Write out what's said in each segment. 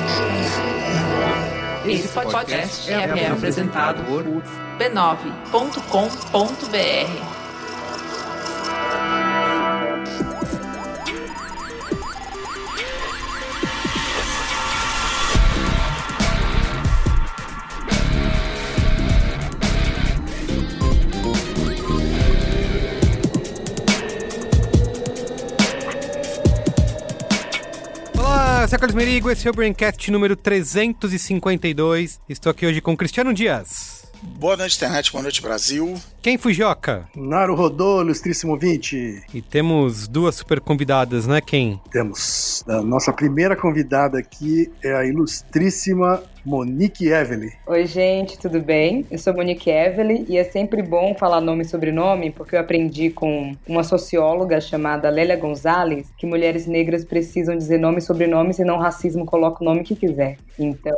Esse podcast é apresentado por b9.com.br. Eu sou Carlos Merigo, esse é o Braincast número 352. Estou aqui hoje com Cristiano Dias. Boa noite, internet. Boa noite, Brasil. Quem Fujioka? Naruhodô, ilustríssimo ouvinte. E temos duas super convidadas, né, Ken? Temos. A nossa primeira convidada aqui é a ilustríssima Monique Evelyn. Oi, gente, tudo bem? Eu sou Monique Evelyn e é sempre bom falar nome e sobrenome, porque eu aprendi com uma socióloga chamada Lélia Gonzalez que mulheres negras precisam dizer nome e sobrenome, senão o racismo coloca o nome que quiser. Então,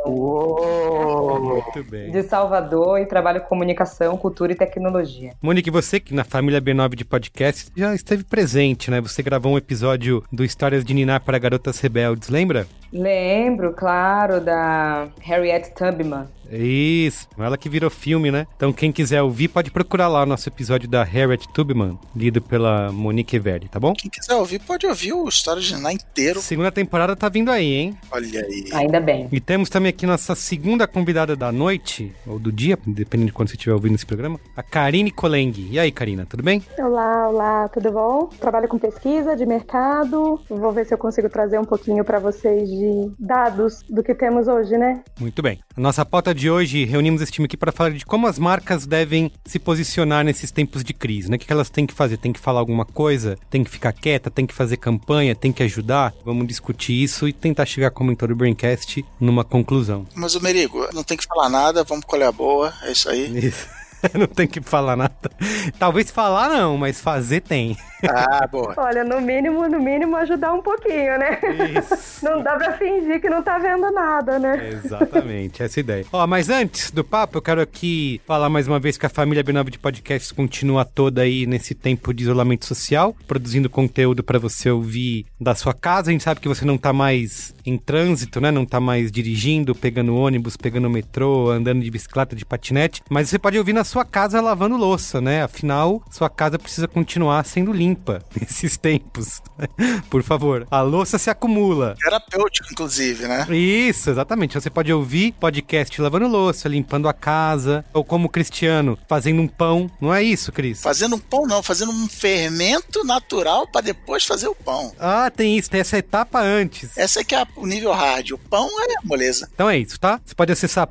muito bem. De Salvador e trabalho com comunicação, cultura e tecnologia. Monique, você que na família B9 de podcast já esteve presente, né? Você gravou um episódio do Histórias de Ninar para Garotas Rebeldes, lembra? Lembro, claro, da Harriet Tubman. Isso, ela que virou filme, né? Então quem quiser ouvir pode procurar lá o nosso episódio da Harriet Tubman, lido pela Monique Evelyn, tá bom? Quem quiser ouvir, pode ouvir o História de Ninar inteiro. Segunda temporada tá vindo aí, hein? Olha aí. Ainda bem. E temos também aqui nossa segunda convidada da noite, ou do dia, dependendo de quando você estiver ouvindo esse programa, a Karine Koleng. E aí, Karina, tudo bem? Olá, tudo bom? Trabalho com pesquisa de mercado. Vou ver se eu consigo trazer um pouquinho para vocês de dados do que temos hoje, né? Muito bem. A nossa pauta de hoje, reunimos esse time aqui para falar de como as marcas devem se posicionar nesses tempos de crise, né? O que elas têm que fazer? Tem que falar alguma coisa? Tem que ficar quieta? Tem que fazer campanha? Tem que ajudar? Vamos discutir isso e tentar chegar, como em todo o Braincast, numa conclusão. Mas, o Merigo, não tem que falar nada, vamos colher a boa, é isso aí. Isso. Não tem que falar nada. Talvez falar não, mas fazer tem. Ah, boa. Olha, no mínimo ajudar um pouquinho, né? Isso. Não dá pra fingir que não tá vendo nada, né? Exatamente, essa é a ideia. Ó, mas antes do papo, eu quero aqui falar mais uma vez que a família B9 de podcasts continua toda aí nesse tempo de isolamento social, produzindo conteúdo pra você ouvir da sua casa. A gente sabe que você não tá mais em trânsito, né? Não tá mais dirigindo, pegando ônibus, pegando metrô, andando de bicicleta, de patinete, mas você pode ouvir na sua casa lavando louça, né? Afinal, sua casa precisa continuar sendo limpa nesses tempos. Por favor, a louça se acumula. Terapêutico, inclusive, né? Isso, exatamente. Você pode ouvir podcast lavando louça, limpando a casa, ou como o Cristiano, fazendo um pão. Não é isso, Cris? Fazendo um pão não, fazendo um fermento natural para depois fazer o pão. Ah, tem isso, tem essa etapa antes. Essa aqui é o nível hard. O pão é moleza. Então é isso, tá? Você pode acessar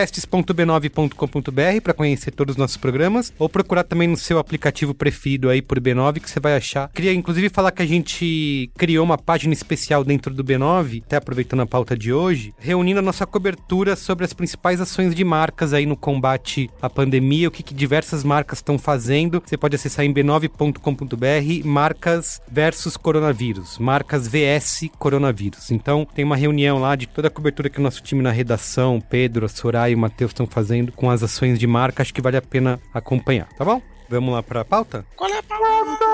podcasts.b9.com.br para conhecer todos os nossos programas, ou procurar também no seu aplicativo preferido aí por B9, que você vai achar. Queria inclusive falar que a gente criou uma página especial dentro do B9, até aproveitando a pauta de hoje, reunindo a nossa cobertura sobre as principais ações de marcas aí no combate à pandemia, o que diversas marcas estão fazendo. Você pode acessar em b9.com.br, marcas versus coronavírus, marcas vs coronavírus. Então tem uma reunião lá de toda a cobertura que o nosso time na redação, Pedro, a Soraya e o Matheus estão fazendo com as ações de marca. Acho que vale a pena acompanhar, tá bom? Vamos lá pra pauta? Qual é a palavra?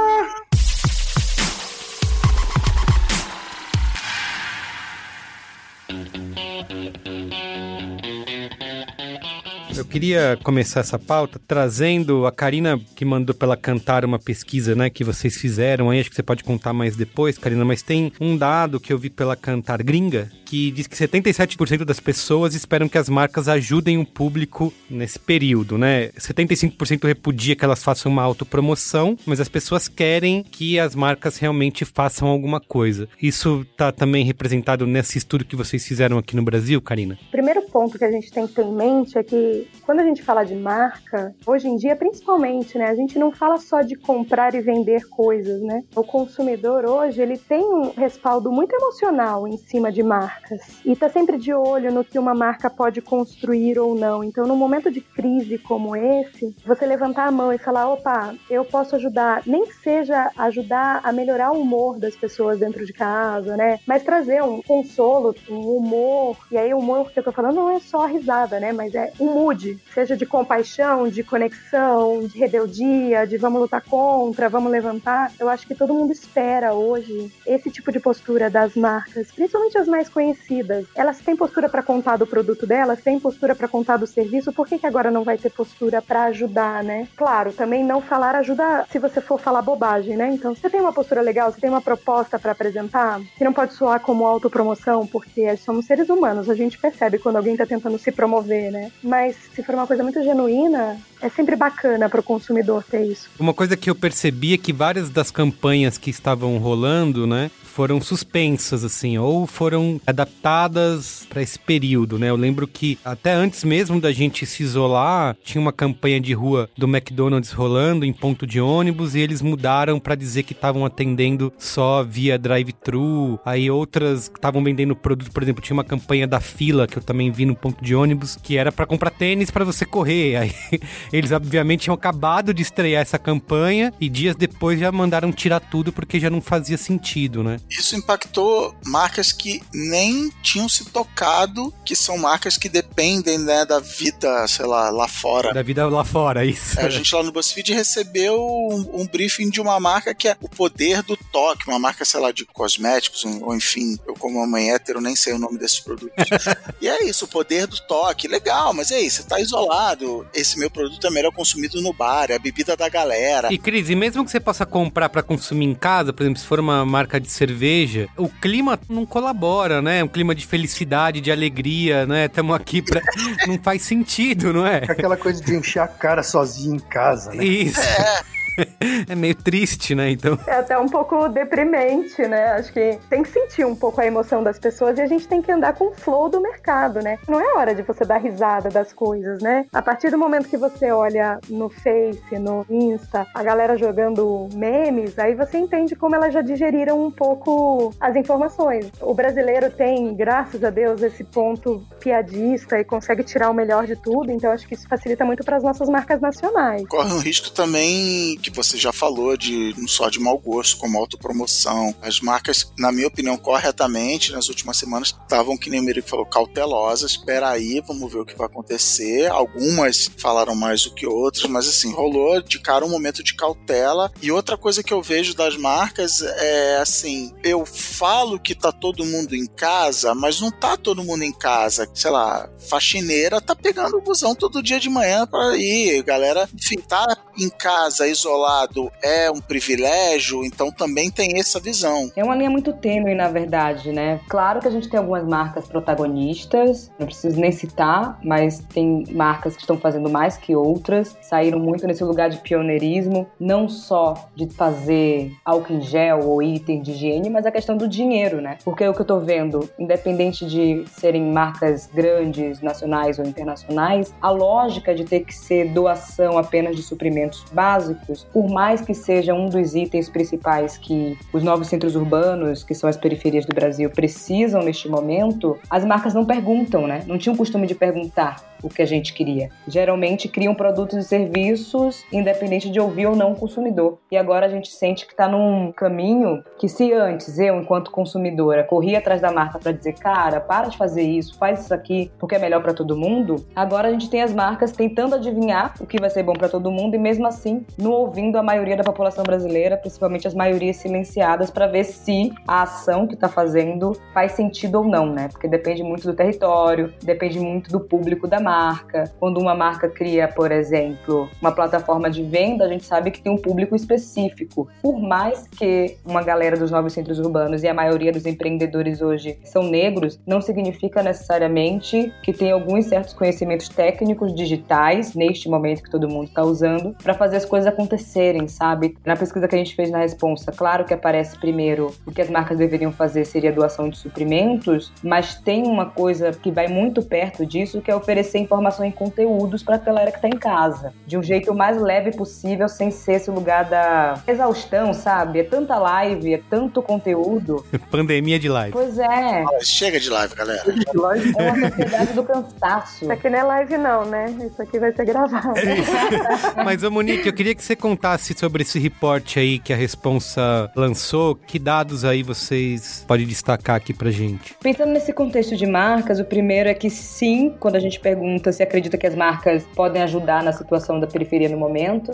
Eu queria começar essa pauta trazendo a Karina, que mandou pela Kantar uma pesquisa, né, que vocês fizeram aí, acho que você pode contar mais depois, Karina, mas tem um dado que eu vi pela Kantar gringa, que diz que 77% das pessoas esperam que as marcas ajudem o público nesse período, né? 75% repudia que elas façam uma autopromoção, mas as pessoas querem que as marcas realmente façam alguma coisa. Isso tá também representado nesse estudo que vocês fizeram aqui no Brasil, Karina? Primeiro ponto que a gente tem que ter em mente é que quando a gente fala de marca, hoje em dia principalmente, né, a gente não fala só de comprar e vender coisas, né? O consumidor hoje, ele tem um respaldo muito emocional em cima de marcas e tá sempre de olho no que uma marca pode construir ou não. Então, num momento de crise como esse, você levantar a mão e falar, opa, eu posso ajudar, nem que seja ajudar a melhorar o humor das pessoas dentro de casa, né? Mas trazer um consolo, um humor, e aí o humor que eu tô falando não é só a risada, né? Mas é um mood, seja de compaixão, de conexão, de rebeldia, de vamos lutar contra, vamos levantar. Eu acho que todo mundo espera hoje esse tipo de postura das marcas, principalmente as mais conhecidas, conhecidas. Elas têm postura para contar do produto delas, têm postura para contar do serviço, por que agora não vai ter postura para ajudar, né? Claro, também não falar ajuda se você for falar bobagem, né? Então, você tem uma postura legal, você tem uma proposta para apresentar, que não pode soar como autopromoção, porque somos seres humanos, a gente percebe quando alguém tá tentando se promover, né? Mas se for uma coisa muito genuína, é sempre bacana para o consumidor ter isso. Uma coisa que eu percebi é que várias das campanhas que estavam rolando, né, foram suspensas, assim, ou foram adaptadas para esse período, né? Eu lembro que até antes mesmo da gente se isolar, tinha uma campanha de rua do McDonald's rolando em ponto de ônibus e eles mudaram para dizer que estavam atendendo só via drive-thru. Aí outras estavam vendendo produto, por exemplo, tinha uma campanha da Fila que eu também vi no ponto de ônibus, que era para comprar tênis para você correr. Aí eles obviamente tinham acabado de estrear essa campanha e dias depois já mandaram tirar tudo porque já não fazia sentido, né? Isso impactou marcas que nem tinham se tocado, que são marcas que dependem, né, da vida, sei lá fora. Da vida lá fora, isso. A gente lá no BuzzFeed recebeu um briefing de uma marca que é o poder do toque, uma marca, sei lá, de cosméticos, ou enfim, eu como uma mãe hétero nem sei o nome desses produtos. E é isso, o poder do toque, legal, mas e aí, você tá isolado, esse meu produto é melhor consumido no bar, é a bebida da galera. E Cris, e mesmo que você possa comprar pra consumir em casa, por exemplo, se for uma marca de cerveja, o clima não colabora, né? Um clima de felicidade, de alegria, né? Estamos aqui pra... Não faz sentido, não é? Aquela coisa de encher a cara sozinho em casa, né? Isso. É meio triste, né? Então... É até um pouco deprimente, né? Acho que tem que sentir um pouco a emoção das pessoas e a gente tem que andar com o flow do mercado, né? Não é hora de você dar risada das coisas, né? A partir do momento que você olha no Face, no Insta, a galera jogando memes, aí você entende como elas já digeriram um pouco as informações. O brasileiro tem, graças a Deus, esse ponto piadista e consegue tirar o melhor de tudo, então acho que isso facilita muito para as nossas marcas nacionais. Corre um risco também que você já falou, de não só de mau gosto, como autopromoção. As marcas, na minha opinião, corretamente, nas últimas semanas, estavam, que nem o Merico falou, cautelosas. Espera aí, vamos ver o que vai acontecer. Algumas falaram mais do que outras, mas assim, rolou de cara um momento de cautela. E outra coisa que eu vejo das marcas é assim, eu falo que tá todo mundo em casa, mas não tá todo mundo em casa. Sei lá, faxineira tá pegando o busão todo dia de manhã para ir. Galera, enfim, tá em casa, isolado, é um privilégio, então também tem essa visão. É uma linha muito tênue, na verdade, né? Claro que a gente tem algumas marcas protagonistas, não preciso nem citar, mas tem marcas que estão fazendo mais que outras, saíram muito nesse lugar de pioneirismo, não só de fazer álcool em gel ou item de higiene, mas a questão do dinheiro, né? Porque o que eu tô vendo, independente de serem marcas grandes, nacionais ou internacionais, a lógica de ter que ser doação apenas de suprimentos básicos, por mais que seja um dos itens principais que os novos centros urbanos, que são as periferias do Brasil, precisam neste momento, as marcas não perguntam, né? Não tinham o costume de perguntar o que a gente queria. Geralmente criam produtos e serviços independente de ouvir ou não o consumidor. E agora a gente sente que está num caminho que, se antes eu, enquanto consumidora, corria atrás da marca para dizer, cara, para de fazer isso, faz isso aqui porque é melhor para todo mundo, agora a gente tem as marcas tentando adivinhar o que vai ser bom para todo mundo e mesmo assim não ouvindo a maioria da população brasileira, principalmente as maiorias silenciadas, para ver se a ação que está fazendo faz sentido ou não, né? Porque depende muito do território, depende muito do público da marca. Quando uma marca cria, por exemplo, uma plataforma de venda, a gente sabe que tem um público específico. Por mais que uma galera dos novos centros urbanos e a maioria dos empreendedores hoje são negros, não significa necessariamente que tem alguns certos conhecimentos técnicos digitais, neste momento que todo mundo está usando, para fazer as coisas acontecerem, sabe? Na pesquisa que a gente fez na Responsa, claro que aparece primeiro o que as marcas deveriam fazer seria doação de suprimentos, mas tem uma coisa que vai muito perto disso, que é oferecer informação em conteúdos para a galera que está em casa, de um jeito mais leve possível, sem ser esse lugar da exaustão, sabe? É tanta live, é tanto conteúdo. Pandemia de live. Pois é. Chega de live, galera. É uma sociedade do cansaço. Isso aqui não é live não, né? Isso aqui vai ser gravado. Mas, ô Monique, eu queria que você contasse sobre esse reporte aí que a Responsa lançou, que dados aí vocês podem destacar aqui pra gente? Pensando nesse contexto de marcas, o primeiro é que sim, quando a gente pergunta se acredita que as marcas podem ajudar na situação da periferia no momento,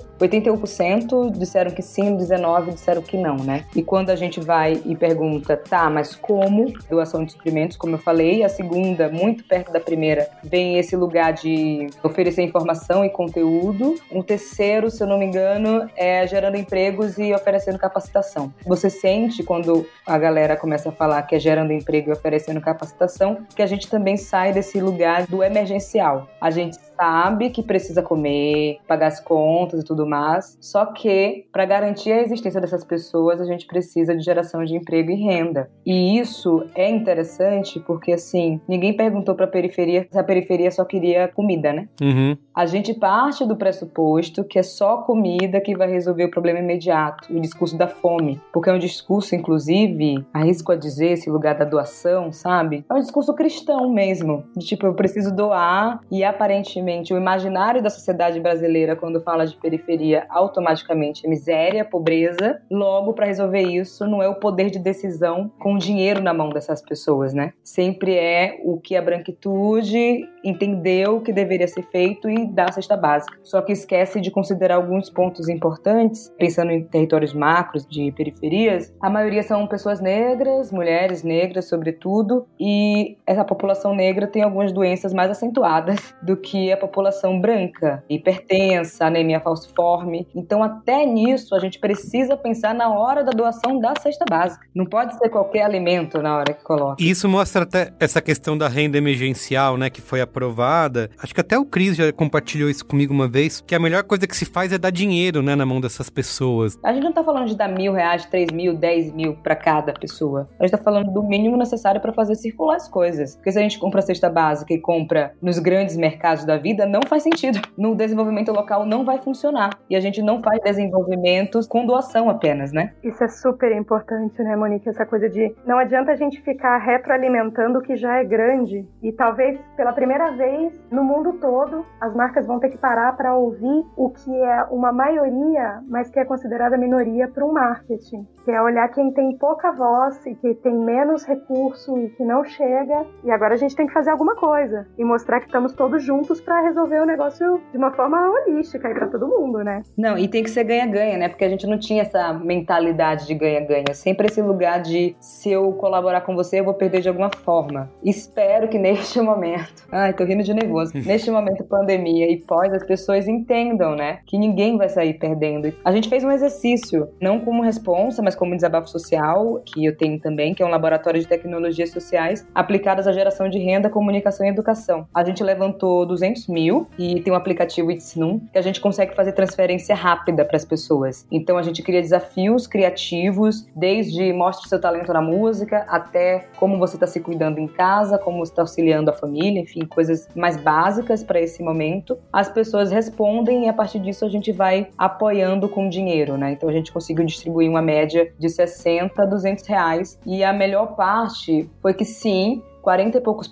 81% disseram que sim, 19% disseram que não, né? E quando a gente vai e pergunta, tá, mas como? Doação de suprimentos, como eu falei, a segunda, muito perto da primeira, vem esse lugar de oferecer informação e conteúdo. Um terceiro, se eu não me engano, é gerando empregos e oferecendo capacitação. Você sente, quando a galera começa a falar que é gerando emprego e oferecendo capacitação, que a gente também sai desse lugar do emergencial. A gente sabe que precisa comer, pagar as contas e tudo mais, só que para garantir a existência dessas pessoas, a gente precisa de geração de emprego e renda. E isso é interessante porque, assim, ninguém perguntou para a periferia se a periferia só queria comida, né? Uhum. A gente parte do pressuposto que é só comida que vai resolver o problema imediato, o discurso da fome, porque é um discurso, inclusive, arrisco a dizer, esse lugar da doação, sabe? É um discurso cristão mesmo, de tipo, eu preciso doar, e aparentemente o imaginário da sociedade brasileira, quando fala de periferia, automaticamente é miséria, pobreza. Logo, para resolver isso, não é o poder de decisão com dinheiro na mão dessas pessoas, né? Sempre é o que a branquitude entendeu que deveria ser feito e dar a cesta básica. Só que esquece de considerar alguns pontos importantes, pensando em territórios macros de periferias. A maioria são pessoas negras, mulheres negras, sobretudo, e essa população negra tem algumas doenças mais acentuadas do que a população branca, hipertensa, anemia falciforme. Então, até nisso, a gente precisa pensar na hora da doação da cesta básica. Não pode ser qualquer alimento na hora que coloca. E isso mostra até essa questão da renda emergencial, né, que foi aprovada. Acho que até o Cris já compartilhou isso comigo uma vez, que a melhor coisa que se faz é dar dinheiro, né, na mão dessas pessoas. A gente não tá falando de dar R$1.000, 3.000, 10.000 para cada pessoa. A gente tá falando do mínimo necessário para fazer circular as coisas. Porque se a gente compra a cesta básica e compra nos grandes mercados da vida, não faz sentido. No desenvolvimento local não vai funcionar. E a gente não faz desenvolvimentos com doação apenas, né? Isso é super importante, né, Monique? Essa coisa de não adianta a gente ficar retroalimentando o que já é grande. E talvez pela primeira vez no mundo todo, as marcas vão ter que parar para ouvir o que é uma maioria, mas que é considerada minoria para um marketing. Que é olhar quem tem pouca voz e que tem menos recurso e que não chega. E agora a gente tem que fazer alguma coisa. E mostrar que estamos todos juntos para resolver o negócio de uma forma holística e para todo mundo, né? Não, e tem que ser ganha-ganha, né? Porque a gente não tinha essa mentalidade de ganha-ganha. Sempre esse lugar de, se eu colaborar com você, eu vou perder de alguma forma. Espero que neste momento... Ai, tô rindo de nervoso. Neste momento pandemia e pós, as pessoas entendam, né? Que ninguém vai sair perdendo. A gente fez um exercício, não como responsa, mas como desabafo social, que eu tenho também, que é um laboratório de tecnologias sociais aplicadas à geração de renda, comunicação e educação. A gente levantou 200 mil e tem um aplicativo Itsnum, que a gente consegue fazer transferência rápida para as pessoas. Então a gente cria desafios criativos, desde mostre seu talento na música, até como você está se cuidando em casa, como você está auxiliando a família, enfim, coisas mais básicas para esse momento. As pessoas respondem e a partir disso a gente vai apoiando com dinheiro, né? Então a gente conseguiu distribuir uma média de 60 a 200 reais e a melhor parte foi que sim, 40 e poucos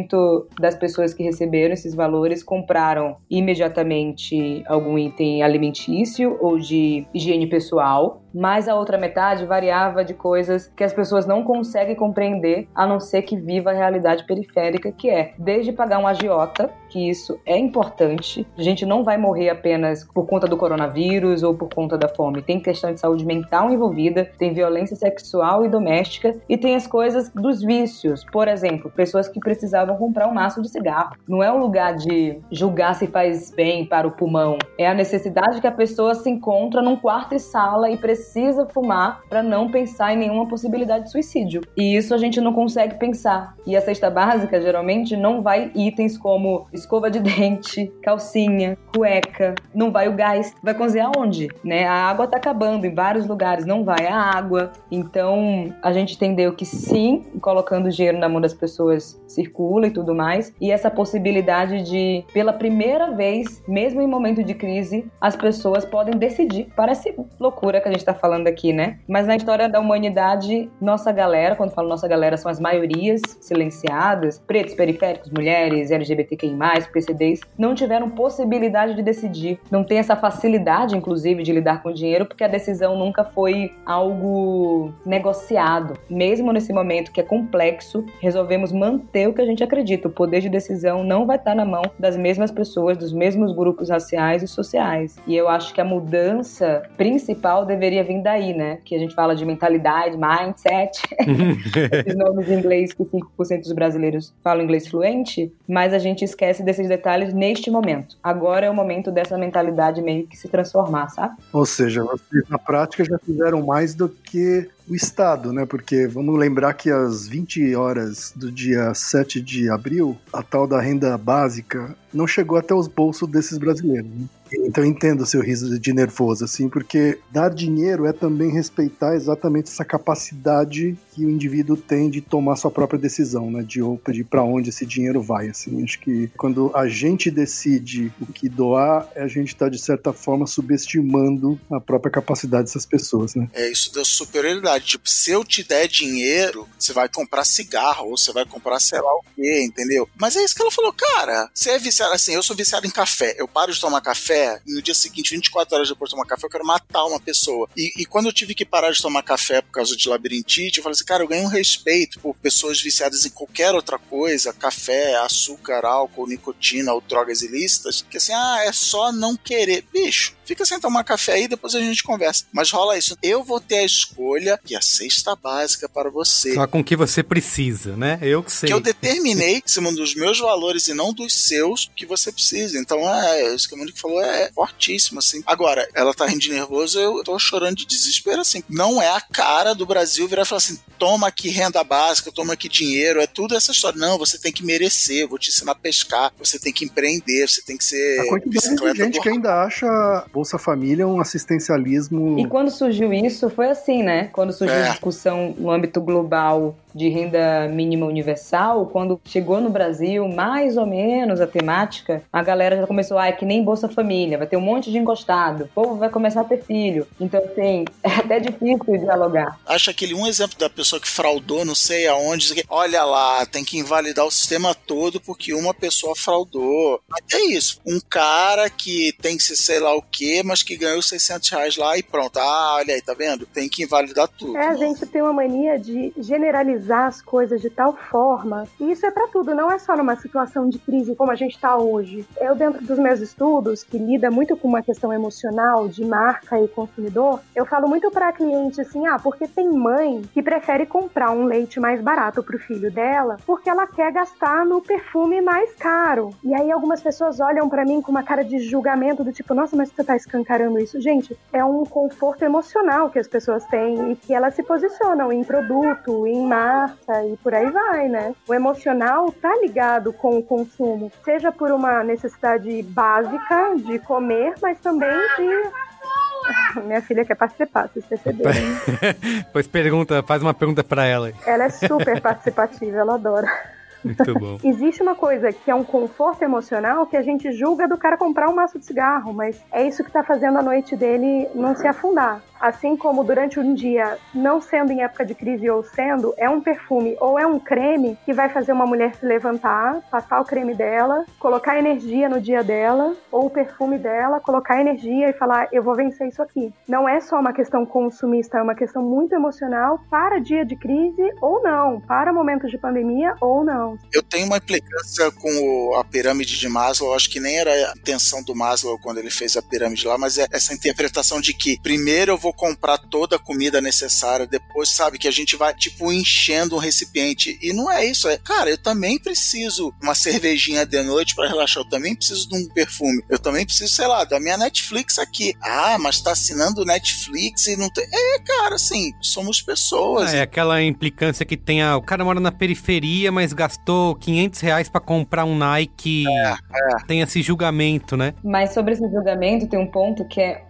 % das pessoas que receberam esses valores compraram imediatamente algum item alimentício ou de higiene pessoal, mas a outra metade variava de coisas que as pessoas não conseguem compreender, a não ser que viva a realidade periférica, que é desde pagar um agiota, que isso é importante. A gente não vai morrer apenas por conta do coronavírus ou por conta da fome. Tem questão de saúde mental envolvida, tem violência sexual e doméstica e tem as coisas dos vícios. Por exemplo, pessoas que precisavam comprar um maço de cigarro. Não é um lugar de julgar se faz bem para o pulmão. É a necessidade que a pessoa se encontra num quarto e sala e precisa fumar para não pensar em nenhuma possibilidade de suicídio. E isso a gente não consegue pensar. E a cesta básica, geralmente, não vai itens como escova de dente, calcinha, cueca. Não vai o gás. Vai cozinhar onde? Né? A água tá acabando em vários lugares. Não vai a água. Então, a gente entendeu que sim, colocando dinheiro na mão das pessoas circula e tudo mais. E essa possibilidade de, pela primeira vez, mesmo em momento de crise, as pessoas podem decidir. Parece loucura que a gente tá tá falando aqui, né? Mas na história da humanidade, nossa galera, quando falo nossa galera, são as maiorias silenciadas, pretos, periféricos, mulheres, LGBTQI+, PCDs, não tiveram possibilidade de decidir. Não tem essa facilidade, inclusive, de lidar com dinheiro, porque a decisão nunca foi algo negociado. Mesmo nesse momento que é complexo, resolvemos manter o que a gente acredita. O poder de decisão não vai estar na mão das mesmas pessoas, dos mesmos grupos raciais e sociais. E eu acho que a mudança principal deveria vir daí, né? Que a gente fala de mentalidade, mindset, esses nomes em inglês que 5% dos brasileiros falam inglês fluente, mas a gente esquece desses detalhes neste momento. Agora é o momento dessa mentalidade meio que se transformar, sabe? Ou seja, vocês na prática já fizeram mais do que o Estado, né? Porque vamos lembrar que às 20 horas do dia 7 de abril, a tal da renda básica não chegou até os bolsos desses brasileiros, né? Então eu entendo o seu riso de nervoso, assim, porque dar dinheiro é também respeitar exatamente essa capacidade que o indivíduo tem de tomar sua própria decisão, né? De para onde esse dinheiro vai, assim. Acho que quando a gente decide o que doar, a gente está, de certa forma, subestimando a própria capacidade dessas pessoas, né? Isso deu superioridade. Tipo, se eu te der dinheiro, você vai comprar cigarro, ou você vai comprar sei lá o quê, entendeu? Mas é isso que ela falou, cara, você é viciado, assim, eu sou viciado em café, eu paro de tomar café, no dia seguinte, 24 horas depois de tomar café, eu quero matar uma pessoa. E quando eu tive que parar de tomar café por causa de labirintite, eu falei assim, cara, eu ganhei um respeito por pessoas viciadas em qualquer outra coisa, café, açúcar, álcool, nicotina ou drogas ilícitas, que assim, é só não querer. Bicho, fica sem tomar café aí, depois a gente conversa. Mas rola isso. Eu vou ter a escolha e a cesta básica para você. Só com o que você precisa, né? Eu que sei. Que eu determinei, em cima dos meus valores e não dos seus, que você precisa. Então, isso que a Monique falou é fortíssimo, assim. Agora, ela tá rindo de nervoso, eu tô chorando de desespero, assim. Não é a cara do Brasil virar e falar assim, toma aqui renda básica, toma aqui dinheiro, é tudo essa história. Não, você tem que merecer, eu vou te ensinar a pescar, você tem que empreender, você tem que ser a quantidade de gente que ainda acha Bolsa Família um assistencialismo... E quando surgiu isso, foi assim, né? Quando surgiu a discussão no âmbito global de renda mínima universal, quando chegou no Brasil, mais ou menos a temática, a galera já começou, é que nem Bolsa Família, vai ter um monte de encostado, o povo vai começar a ter filho. Então, assim, é até difícil dialogar. Acho aquele um exemplo da pessoa que fraudou, não sei aonde, olha lá, tem que invalidar o sistema todo porque uma pessoa fraudou. Mas é isso, um cara que tem que ser sei lá o quê, mas que ganhou R$600 lá e pronto, olha aí, tá vendo? Tem que invalidar tudo. A gente tem uma mania de generalizar as coisas de tal forma, e isso é pra tudo, não é só numa situação de crise como a gente tá hoje. Eu, dentro dos meus estudos, que lida muito com uma questão emocional de marca e consumidor, eu falo muito pra cliente assim, porque tem mãe que prefere comprar um leite mais barato pro filho dela, porque ela quer gastar no perfume mais caro. E aí algumas pessoas olham pra mim com uma cara de julgamento do tipo, nossa, mas você tá escancarando isso. Gente, é um conforto emocional que as pessoas têm e que elas se posicionam em produto, em marca e por aí vai, né? O emocional tá ligado com o consumo, seja por uma necessidade básica de comer, mas também de... Minha filha quer participar, vocês perceberam. Pois faz uma pergunta pra ela. Ela é super participativa, ela adora. Muito bom. Existe uma coisa que é um conforto emocional que a gente julga do cara comprar um maço de cigarro, mas é isso que tá fazendo a noite dele não se afundar. Assim como durante um dia, não sendo em época de crise ou sendo, é um perfume ou é um creme que vai fazer uma mulher se levantar, passar o creme dela, colocar energia no dia dela, ou o perfume dela, colocar energia e falar, eu vou vencer isso aqui. Não é só uma questão consumista, é uma questão muito emocional para dia de crise ou não, para momentos de pandemia ou não. Eu tenho uma implicância com a pirâmide de Maslow, acho que nem era a intenção do Maslow quando ele fez a pirâmide lá, mas é essa interpretação de que primeiro eu vou comprar toda a comida necessária, depois, sabe, que a gente vai, tipo, enchendo um recipiente. E não é isso, cara, eu também preciso uma cervejinha de noite pra relaxar, eu também preciso de um perfume, eu também preciso, sei lá, da minha Netflix aqui. Mas tá assinando Netflix e não tem... cara, assim, somos pessoas. É aquela implicância que tem, o cara mora na periferia, mas gastou R$500 pra comprar um Nike. Tem esse julgamento, né? Mas sobre esse julgamento tem um ponto que é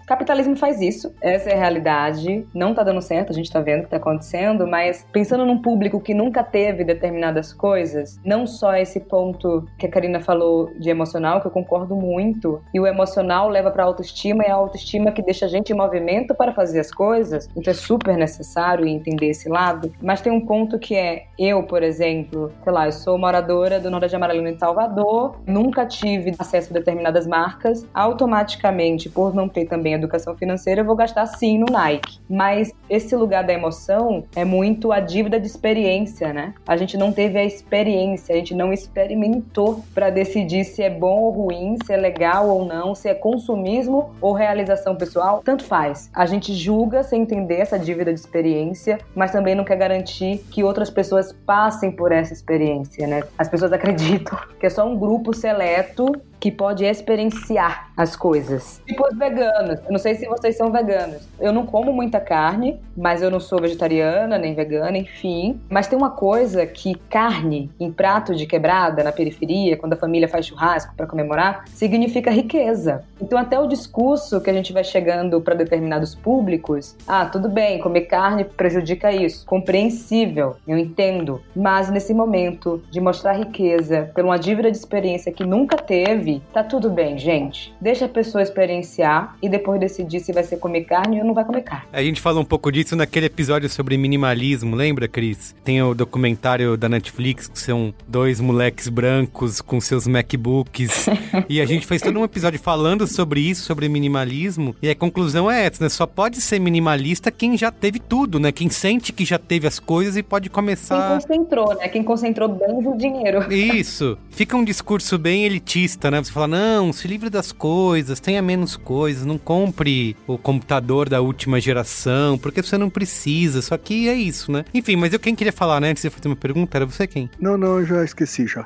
O capitalismo faz isso, essa é a realidade, não tá dando certo, a gente tá vendo o que tá acontecendo, mas pensando num público que nunca teve determinadas coisas, não só esse ponto que a Karina falou de emocional, que eu concordo muito, e o emocional leva pra autoestima, e a autoestima que deixa a gente em movimento para fazer as coisas, então é super necessário entender esse lado, mas tem um ponto que é, eu, por exemplo, sei lá, eu sou moradora do Nordeste Amarelo em Salvador, nunca tive acesso a determinadas marcas, automaticamente, por não ter também educação financeira, eu vou gastar sim no Nike. Mas esse lugar da emoção é muito a dívida de experiência, né? A gente não teve a experiência, a gente não experimentou para decidir se é bom ou ruim, se é legal ou não, se é consumismo ou realização pessoal, tanto faz. A gente julga sem entender essa dívida de experiência, mas também não quer garantir que outras pessoas passem por essa experiência, né? As pessoas acreditam que é só um grupo seleto que pode experienciar as coisas. Tipo os veganos. Eu não sei se vocês são veganos. Eu não como muita carne, mas eu não sou vegetariana, nem vegana, enfim. Mas tem uma coisa que carne em prato de quebrada, na periferia, quando a família faz churrasco para comemorar, significa riqueza. Então até o discurso que a gente vai chegando para determinados públicos, tudo bem, comer carne prejudica isso. Compreensível, eu entendo. Mas nesse momento de mostrar riqueza por uma dívida de experiência que nunca teve, tá tudo bem, gente. Deixa a pessoa experienciar e depois decidir se vai ser comer carne ou não vai comer carne. A gente fala um pouco disso naquele episódio sobre minimalismo, lembra, Cris? Tem o documentário da Netflix, que são 2 moleques brancos com seus MacBooks. E a gente fez todo um episódio falando sobre isso, sobre minimalismo. E a conclusão é essa, né? Só pode ser minimalista quem já teve tudo, né? Quem sente que já teve as coisas e pode começar... Quem concentrou, né? Quem concentrou bem o dinheiro. Isso. Fica um discurso bem elitista, né? Você fala, não, se livre das coisas, tenha menos coisas, não compre o computador da última geração, porque você não precisa, só que é isso, né? Enfim, mas quem queria falar, né? Antes de fazer uma pergunta, era você quem? Não, eu já esqueci já.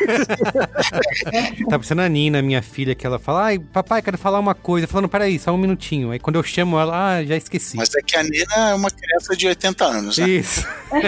Tá pensando a Nina, minha filha, que ela fala, ai, papai, quero falar uma coisa. Falando, peraí, só um minutinho. Aí quando eu chamo ela, já esqueci. Mas é que a Nina é uma criança de 80 anos, né? Isso.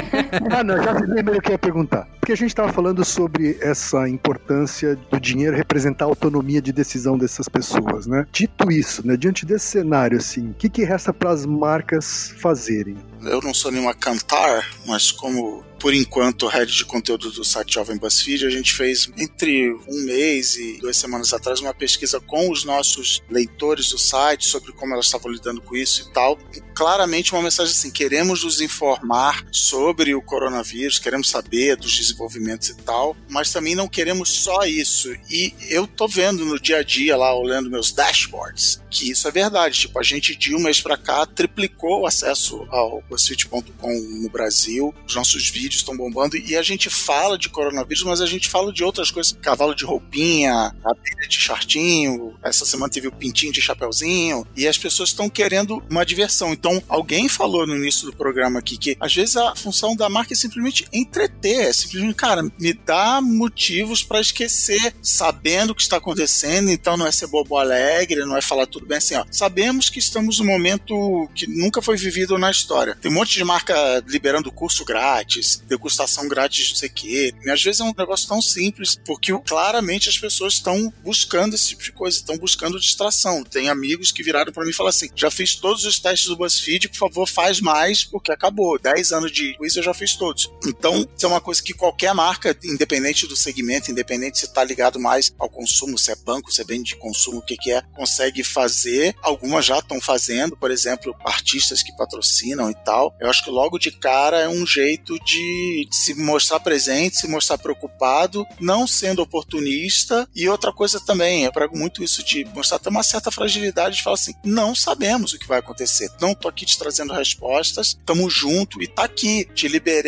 Não, já lembrei o que eu ia perguntar. Porque a gente estava falando sobre essa importância do dinheiro representar a autonomia de decisão dessas pessoas, né? Dito isso, né, diante desse cenário, assim, o que resta para as marcas fazerem? Eu não sou nenhuma cantar, mas como, por enquanto, head de conteúdo do site Jovem BuzzFeed, a gente fez entre 1 mês e 2 semanas atrás uma pesquisa com os nossos leitores do site sobre como elas estavam lidando com isso e tal. E, claramente uma mensagem assim, queremos nos informar sobre o coronavírus, queremos saber dos desenvolvimentos e tal, mas também não queremos só isso. E eu tô vendo no dia a dia lá, olhando meus dashboards, que isso é verdade. Tipo, a gente de 1 mês pra cá triplicou o acesso ao BuzzFeed.com no Brasil, os nossos vídeos estão bombando e a gente fala de coronavírus, mas a gente fala de outras coisas, cavalo de roupinha, abelha de shortinho, essa semana teve o pintinho de chapeuzinho, e as pessoas estão querendo uma diversão. Então, alguém falou no início do programa aqui que às vezes a função da marca é simplesmente entreter, é simplesmente, cara, me dá motivos para esquecer, sabendo o que está acontecendo, então não é ser bobo alegre, não é falar tudo bem assim, ó. Sabemos que estamos num momento que nunca foi vivido na história. Tem um monte de marca liberando curso grátis, degustação grátis, não sei o quê. E às vezes é um negócio tão simples, porque claramente as pessoas estão buscando esse tipo de coisa, estão buscando distração. Tem amigos que viraram pra mim e falaram assim, já fiz todos os testes do BuzzFeed, por favor, faz mais, porque acabou. 10 anos de quiz eu já fiz todos. Então, isso é uma coisa que qualquer marca, independente do segmento, independente se tá ligado mais ao consumo, se é banco, se é bem de consumo, o que é, consegue fazer. Algumas já estão fazendo, por exemplo, artistas que patrocinam e tal. Eu acho que logo de cara é um jeito de se mostrar presente, se mostrar preocupado, não sendo oportunista. E outra coisa também, eu prego muito isso de mostrar até uma certa fragilidade, de falar assim, não sabemos o que vai acontecer, não tô aqui te trazendo respostas, tamo junto e tá aqui, te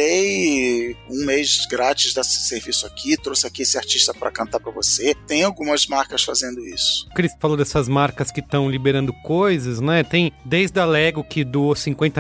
liberei 1 mês grátis desse serviço aqui, trouxe aqui esse artista pra cantar pra você. Tem algumas marcas fazendo isso. O Cris falou dessas marcas que estão liberando coisas, né? Tem desde a Lego, que doou $50 milhões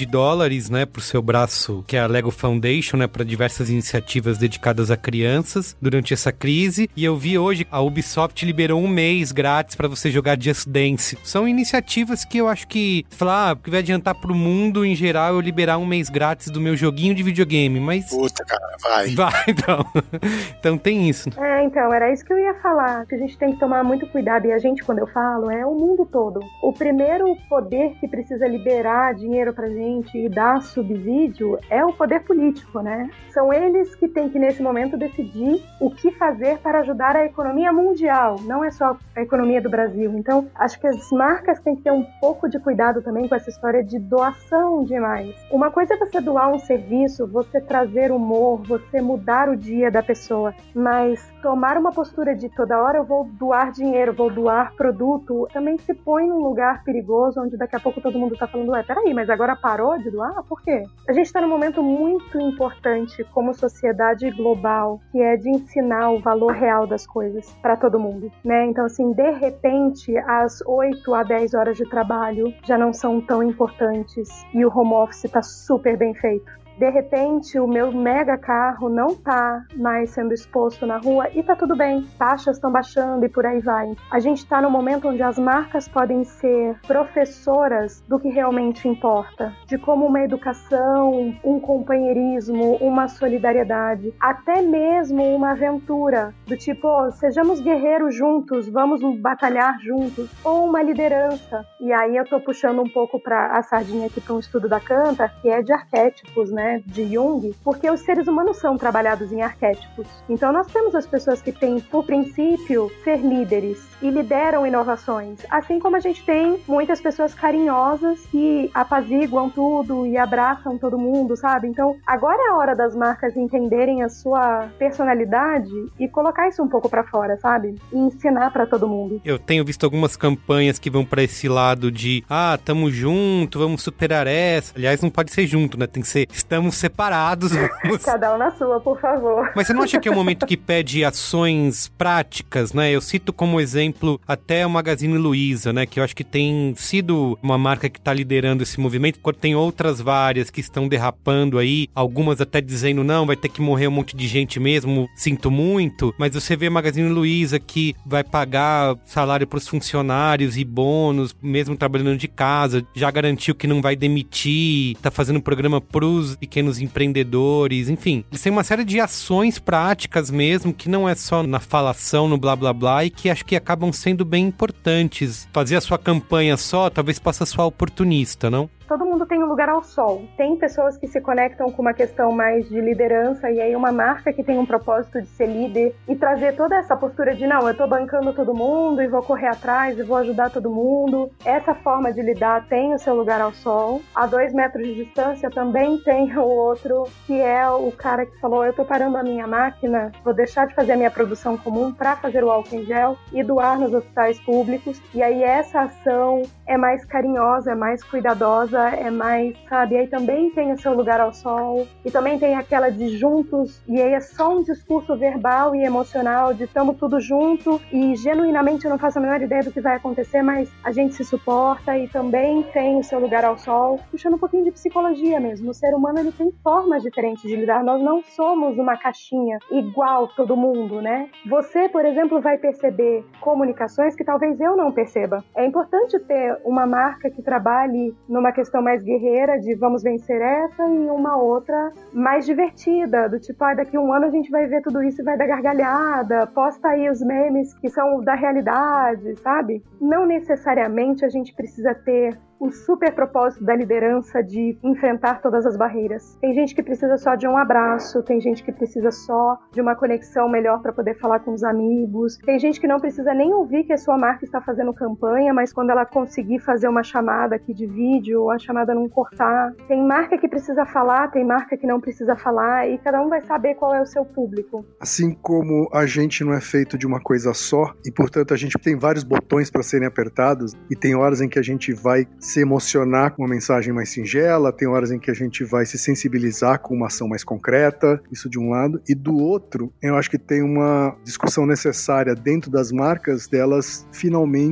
de dólares, né, pro seu braço, que é a Lego Foundation, né, para diversas iniciativas dedicadas a crianças durante essa crise. E eu vi hoje, a Ubisoft liberou 1 mês grátis para você jogar Just Dance. São iniciativas que eu acho que, falar, que vai adiantar pro mundo em geral eu liberar 1 mês grátis do meu joguinho de videogame, mas... Puta, cara, vai. Vai, então. Então tem isso. Então, era isso que eu ia falar, que a gente tem que tomar muito cuidado, e a gente, quando eu falo, é o mundo todo. O primeiro poder que precisa liberar dinheiro pra gente e dar subsídio é o poder político, né? São eles que têm que, nesse momento, decidir o que fazer para ajudar a economia mundial, não é só a economia do Brasil. Então, acho que as marcas têm que ter um pouco de cuidado também com essa história de doação demais. Uma coisa é você doar um serviço, você trazer humor, você mudar o dia da pessoa, mas tomar uma postura de toda hora eu vou doar dinheiro, vou doar produto, também se põe num lugar perigoso onde daqui a pouco todo mundo tá falando, peraí, mas agora parou de doar? Por quê? A gente tá num momento muito importante como sociedade global, que é de ensinar o valor real das coisas para todo mundo, né? Então, assim, de repente, as 8 a 10 horas de trabalho já não são tão importantes e o home office tá super bem feito. De repente, o meu mega carro não tá mais sendo exposto na rua e tá tudo bem. Taxas estão baixando e por aí vai. A gente tá no momento onde as marcas podem ser professoras do que realmente importa. De como uma educação, um companheirismo, uma solidariedade, até mesmo uma aventura. Do tipo, sejamos guerreiros juntos, vamos batalhar juntos. Ou uma liderança. E aí eu tô puxando um pouco pra a sardinha aqui pra um estudo da Kantar, que é de arquétipos, né? De Jung, porque os seres humanos são trabalhados em arquétipos. Então nós temos as pessoas que têm, por princípio, ser líderes e lideram inovações, assim como a gente tem muitas pessoas carinhosas que apaziguam tudo e abraçam todo mundo, sabe? Então agora é a hora das marcas entenderem a sua personalidade e colocar isso um pouco pra fora, sabe? E ensinar pra todo mundo. Eu tenho visto algumas campanhas que vão pra esse lado de tamo junto, vamos superar essa. Aliás, não pode ser junto, né? Tem que ser estamos separados. Vamos... Cada um na sua, por favor. Mas você não acha que é um momento que pede ações práticas, né? Eu cito como exemplo até o Magazine Luiza, né? Que eu acho que tem sido uma marca que está liderando esse movimento, quando tem outras várias que estão derrapando aí, algumas até dizendo, não, vai ter que morrer um monte de gente mesmo, sinto muito, mas você vê a Magazine Luiza que vai pagar salário para os funcionários e bônus, mesmo trabalhando de casa, já garantiu que não vai demitir, tá fazendo um programa pros pequenos empreendedores, enfim. Eles têm uma série de ações práticas mesmo, que não é só na falação, no blá blá blá, e que acho que acabam sendo bem importantes. Fazer a sua campanha só, talvez possa soar oportunista, não? Todo mundo tem um lugar ao sol. Tem pessoas que se conectam com uma questão mais de liderança e aí uma marca que tem um propósito de ser líder e trazer toda essa postura de não, eu tô bancando todo mundo e vou correr atrás e vou ajudar todo mundo. Essa forma de lidar tem o seu lugar ao sol. A 2 metros de distância também tem o outro, que é o cara que falou, eu tô parando a minha máquina, vou deixar de fazer a minha produção comum para fazer o álcool em gel e doar nos hospitais públicos. E aí essa ação é mais carinhosa, é mais cuidadosa, é mais, sabe, aí também tem o seu lugar ao sol, e também tem aquela de juntos, e aí é só um discurso verbal e emocional de estamos tudo junto, e genuinamente eu não faço a menor ideia do que vai acontecer, mas a gente se suporta, e também tem o seu lugar ao sol, puxando um pouquinho de psicologia mesmo, o ser humano ele tem formas diferentes de lidar, nós não somos uma caixinha igual todo mundo, né? Você, por exemplo, vai perceber comunicações que talvez eu não perceba. É importante ter uma marca que trabalhe numa questão mais guerreira de vamos vencer essa e uma outra mais divertida, do tipo, daqui a um ano a gente vai ver tudo isso e vai dar gargalhada, posta aí os memes que são da realidade, sabe? Não necessariamente a gente precisa ter o super propósito da liderança de enfrentar todas as barreiras. Tem gente que precisa só de um abraço, tem gente que precisa só de uma conexão melhor para poder falar com os amigos, tem gente que não precisa nem ouvir que a sua marca está fazendo campanha, mas quando ela conseguir fazer uma chamada aqui de vídeo, a chamada não cortar. Tem marca que precisa falar, tem marca que não precisa falar, e cada um vai saber qual é o seu público. Assim como a gente não é feito de uma coisa só, e portanto a gente tem vários botões para serem apertados, e tem horas em que a gente vai se emocionar com uma mensagem mais singela, tem horas em que a gente vai se sensibilizar com uma ação mais concreta, isso de um lado, e do outro, eu acho que tem uma discussão necessária dentro das marcas delas finalmente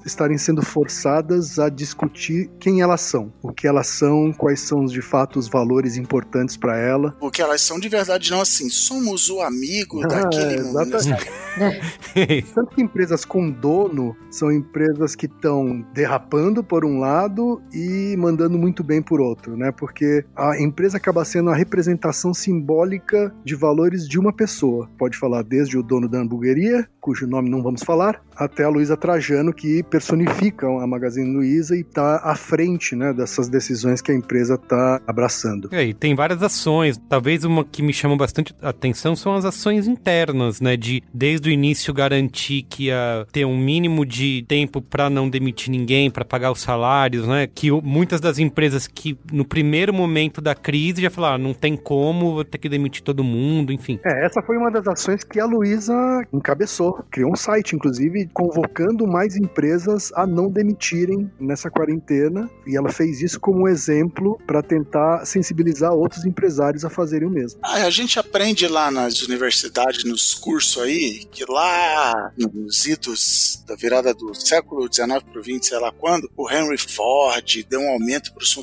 estarem sendo forçadas a discutir quem elas são, o que elas são, quais são de fato os valores importantes para ela. O que elas são de verdade, não assim, somos o amigo daquele mundo. Tanto que empresas com dono são empresas que estão derrapando por um lado e mandando muito bem por outro, né? Porque a empresa acaba sendo a representação simbólica de valores de uma pessoa. Pode falar desde o dono da hamburgueria, cujo nome não vamos falar, até a Luísa Trajano, que personifica a Magazine Luiza e está à frente, né, dessas decisões que a empresa está abraçando. E tem várias ações. Talvez uma que me chama bastante atenção são as ações internas, né? De, desde o início, garantir que ia ter um mínimo de tempo para não demitir ninguém, para pagar os salários, né? Que muitas das empresas que, no primeiro momento da crise, já falaram, não tem como, vou ter que demitir todo mundo, enfim. Essa foi uma das ações que a Luiza encabeçou. Criou um site, inclusive, convocando mais empresas a não demitirem nessa quarentena, e ela fez isso como um exemplo para tentar sensibilizar outros empresários a fazerem o mesmo. A gente aprende lá nas universidades, nos cursos aí, que lá nos idos da virada do século XIX para o XX, sei lá quando, o Henry Ford deu um aumento para os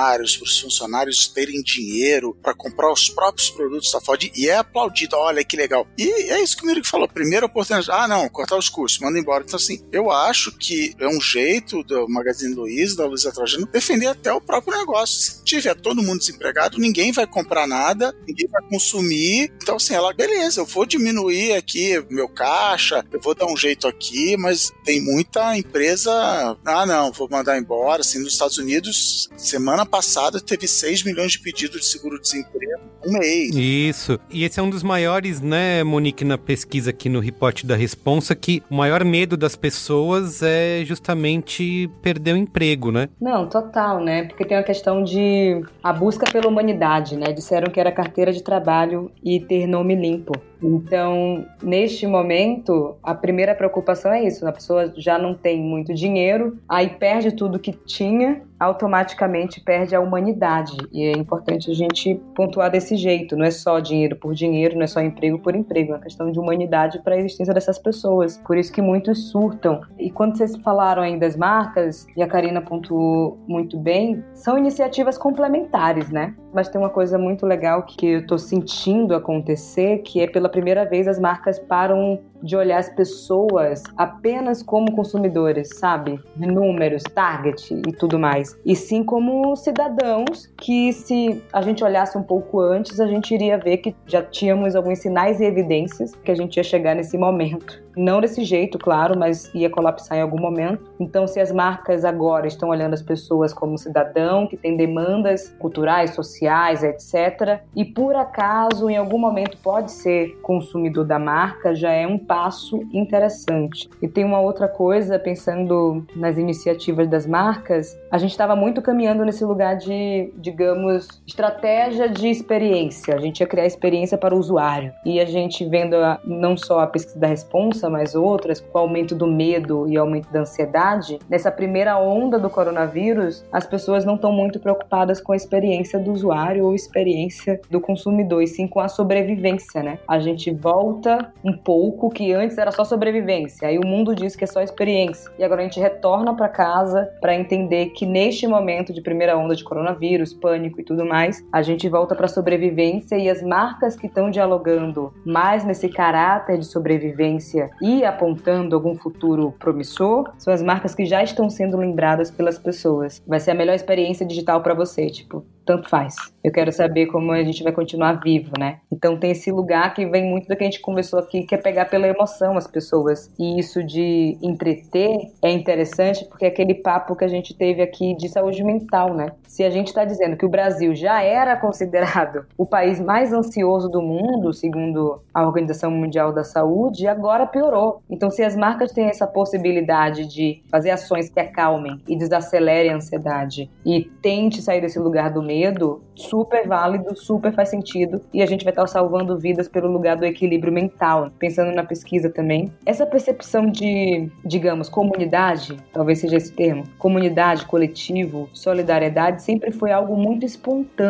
funcionários terem dinheiro para comprar os próprios produtos da Ford, e é aplaudido, olha que legal. E é isso que o Mirico falou, primeira oportunidade, não, cortar os custos, manda embora. Então assim, eu acho que é um jeito do Magazine Luiza, da Luiza Trajano, defender até o próprio negócio. Se tiver todo mundo desempregado, ninguém vai comprar nada, ninguém vai consumir. Então assim, ela, beleza, eu vou diminuir aqui meu caixa, eu vou dar um jeito aqui, mas tem muita empresa, não, vou mandar embora. Assim, nos Estados Unidos, semana passada teve 6 milhões de pedidos de seguro-desemprego um mês. Isso. E esse é um dos maiores, né, Monique, na pesquisa aqui no Report da Responsa, que o maior medo das pessoas é justamente perder o emprego, né? Não, total, né? Porque tem a questão de a busca pela humanidade, né? Disseram que era carteira de trabalho e ter nome limpo. Então, neste momento, a primeira preocupação é isso. A pessoa já não tem muito dinheiro, aí perde tudo que tinha, automaticamente perde a humanidade. E é importante a gente pontuar desse jeito. Não é só dinheiro por dinheiro, não é só emprego por emprego. É uma questão de humanidade para a existência dessas pessoas. Por isso que muitos surtam. E quando vocês falaram aí das marcas, e a Karina pontuou muito bem, são iniciativas complementares, né? Mas tem uma coisa muito legal que eu tô sentindo acontecer, que é pela primeira vez as marcas param de olhar as pessoas apenas como consumidores, sabe? De números, target e tudo mais. E sim como cidadãos que, se a gente olhasse um pouco antes, a gente iria ver que já tínhamos alguns sinais e evidências que a gente ia chegar nesse momento. Não desse jeito, claro, mas ia colapsar em algum momento. Então, se as marcas agora estão olhando as pessoas como cidadão, que tem demandas culturais, sociais, etc., e por acaso, em algum momento, pode ser consumidor da marca, já é um passo interessante. E tem uma outra coisa, pensando nas iniciativas das marcas, a gente estava muito caminhando nesse lugar de, digamos, estratégia de experiência. A gente ia criar experiência para o usuário. E a gente vendo não só a pesquisa da Responsa, mas outras, com o aumento do medo e o aumento da ansiedade, nessa primeira onda do coronavírus, as pessoas não estão muito preocupadas com a experiência do usuário ou experiência do consumidor, e sim com a sobrevivência, né? A gente volta um pouco, que antes era só sobrevivência, aí o mundo diz que é só experiência, e agora a gente retorna para casa para entender que neste momento de primeira onda de coronavírus, pânico e tudo mais, a gente volta para sobrevivência, e as marcas que estão dialogando mais nesse caráter de sobrevivência e apontando algum futuro promissor, são as marcas que já estão sendo lembradas pelas pessoas. Vai ser a melhor experiência digital para você, tipo, tanto faz. Eu quero saber como a gente vai continuar vivo, né? Então tem esse lugar que vem muito do que a gente conversou aqui, que é pegar pela emoção as pessoas. E isso de entreter é interessante, porque é aquele papo que a gente teve aqui de saúde mental, né? Se a gente está dizendo que o Brasil já era considerado o país mais ansioso do mundo, segundo a Organização Mundial da Saúde, agora piorou. Então, se as marcas têm essa possibilidade de fazer ações que acalmem e desacelerem a ansiedade e tente sair desse lugar do medo, super válido, super faz sentido, e a gente vai estar salvando vidas pelo lugar do equilíbrio mental. Pensando na pesquisa também, essa percepção de, digamos, comunidade, talvez seja esse termo, comunidade, coletivo, solidariedade, sempre foi algo muito espontâneo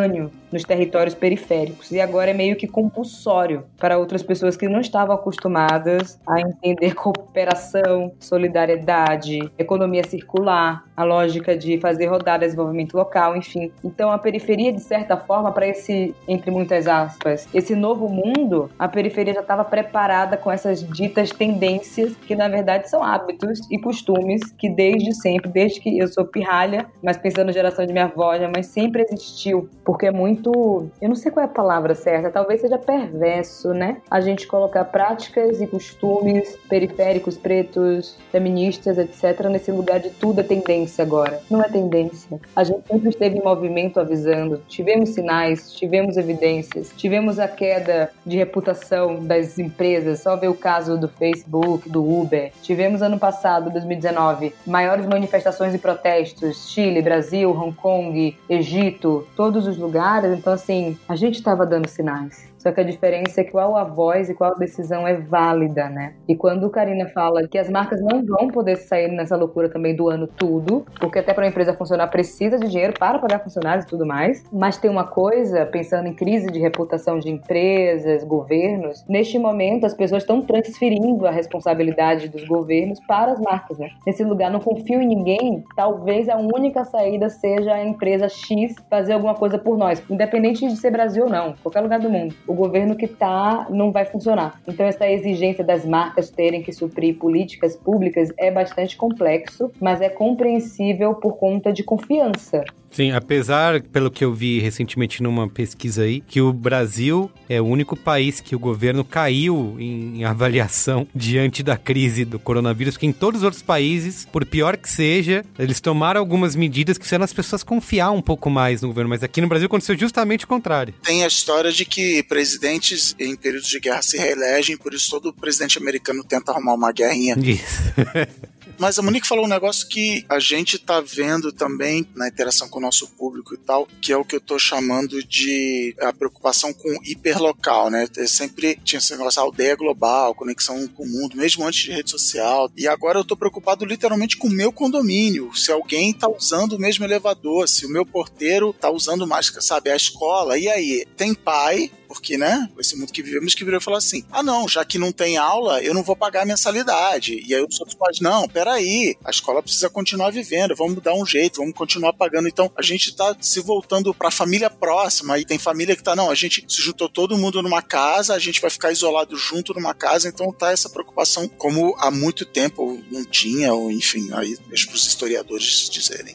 nos territórios periféricos. E agora é meio que compulsório para outras pessoas que não estavam acostumadas a entender cooperação, solidariedade, economia circular, a lógica de fazer rodar desenvolvimento local, enfim. Então a periferia, de certa forma, para esse, entre muitas aspas, esse novo mundo, a periferia já estava preparada com essas ditas tendências, que na verdade são hábitos e costumes que desde sempre, desde que eu sou pirralha, mas pensando na geração de minha avó, minha mãe sempre existiu, porque é muito, eu não sei qual é a palavra certa, talvez seja perverso, né? A gente colocar práticas e costumes periféricos, pretos, feministas, etc., nesse lugar de tudo é tendência agora. Não é tendência. A gente sempre esteve em movimento avisando, tivemos sinais, tivemos evidências, tivemos a queda de reputação das empresas, só ver o caso do Facebook, do Uber. Tivemos ano passado, 2019, maiores manifestações e protestos, Chile, Brasil, Hong Kong, Egito, todos os lugares. Então, assim, a gente estava dando sinais. Só que a diferença é que qual a voz e qual decisão é válida, né? E quando Karina fala que as marcas não vão poder sair nessa loucura também do ano tudo, porque até para uma empresa funcionar precisa de dinheiro para pagar funcionários e tudo mais, mas tem uma coisa, pensando em crise de reputação de empresas, governos, neste momento as pessoas estão transferindo a responsabilidade dos governos para as marcas, né? Nesse lugar, não confio em ninguém, talvez a única saída seja a empresa X fazer alguma coisa por nós, independente de ser Brasil ou não, qualquer lugar do mundo. O governo que tá não vai funcionar. Então essa exigência das marcas terem que suprir políticas públicas é bastante complexo, mas é compreensível por conta de confiança. Sim, apesar, pelo que eu vi recentemente numa pesquisa aí, que o Brasil é o único país que o governo caiu em avaliação diante da crise do coronavírus, porque em todos os outros países, por pior que seja, eles tomaram algumas medidas que fizeram as pessoas confiar um pouco mais no governo, mas aqui no Brasil aconteceu justamente o contrário. Tem a história de que presidentes em períodos de guerra se reelegem, por isso todo presidente americano tenta arrumar uma guerrinha. Isso. Mas a Monique falou um negócio que a gente tá vendo também na interação com o nosso público e tal, que é o que eu tô chamando de a preocupação com o hiperlocal, né? Eu sempre tinha esse negócio, aldeia global, conexão com o mundo, mesmo antes de rede social. E agora eu tô preocupado literalmente com o meu condomínio. Se alguém tá usando o mesmo elevador, se o meu porteiro tá usando máscara, sabe? A escola, e aí? Tem pai... Porque, né, esse mundo que vivemos, que virou e falou assim, não, já que não tem aula, eu não vou pagar a mensalidade. E aí os outros pais, não, peraí, a escola precisa continuar vivendo, vamos dar um jeito, vamos continuar pagando. Então, a gente tá se voltando pra família próxima, aí tem família que tá, não, a gente se juntou todo mundo numa casa, a gente vai ficar isolado junto numa casa, então tá essa preocupação, como há muito tempo não tinha, ou enfim, aí deixa pros historiadores dizerem.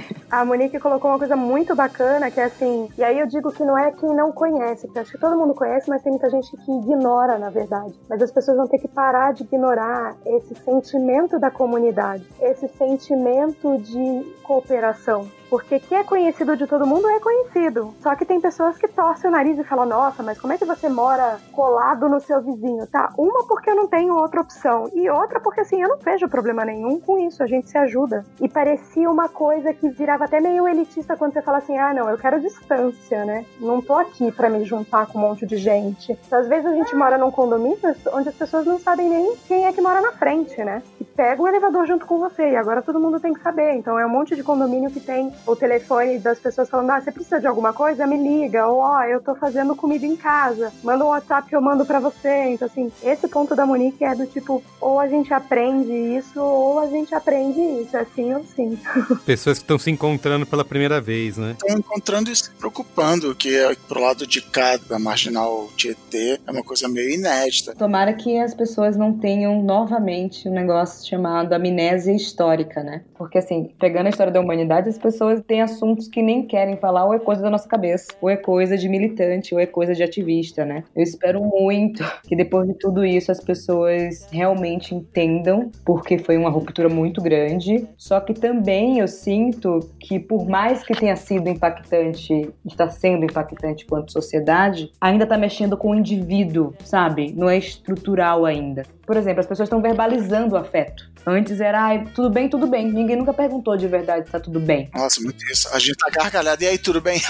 A Monique colocou uma coisa muito bacana, que é assim, e aí eu digo que não é quem não conhece, porque acho que todo mundo conhece, mas tem muita gente que ignora, na verdade. Mas as pessoas vão ter que parar de ignorar esse sentimento da comunidade, esse sentimento de cooperação. Porque que é conhecido de todo mundo é conhecido. Só que tem pessoas que torcem o nariz e falam, nossa, mas como é que você mora colado no seu vizinho? Tá, uma porque eu não tenho outra opção. E outra porque, assim, eu não vejo problema nenhum com isso. A gente se ajuda. E parecia uma coisa que virava até meio elitista quando você fala assim, não, eu quero distância, né? Não tô aqui pra me juntar com um monte de gente. Então, às vezes a gente mora num condomínio onde as pessoas não sabem nem quem é que mora na frente, né? E pega o elevador junto com você. E agora todo mundo tem que saber. Então, é um monte de condomínio que tem o telefone das pessoas falando, você precisa de alguma coisa? Me liga, ou eu tô fazendo comida em casa, manda um WhatsApp que eu mando pra você. Então, assim, esse ponto da Monique é do tipo, ou a gente aprende isso, ou a gente aprende isso, é sim ou sim. Pessoas que estão se encontrando pela primeira vez, né? Estão encontrando e se preocupando, que é pro lado de cá da Marginal Tietê, é uma coisa meio inédita. Tomara que as pessoas não tenham novamente um negócio chamado amnésia histórica, né? Porque, assim, pegando a história da humanidade, as pessoas têm assuntos que nem querem falar, ou é coisa da nossa cabeça, ou é coisa de militante, ou é coisa de ativista, né? Eu espero muito que depois de tudo isso as pessoas realmente entendam, porque foi uma ruptura muito grande, só que também eu sinto que por mais que tenha sido impactante, está sendo impactante quanto sociedade, ainda está mexendo com o indivíduo, sabe? Não é estrutural ainda. por exemplo, as pessoas estão verbalizando o afeto. Antes era, tudo bem, tudo bem. Ninguém nunca perguntou de verdade se tá tudo bem. Nossa, muito isso. A gente tá gargalhado, e aí, tudo bem?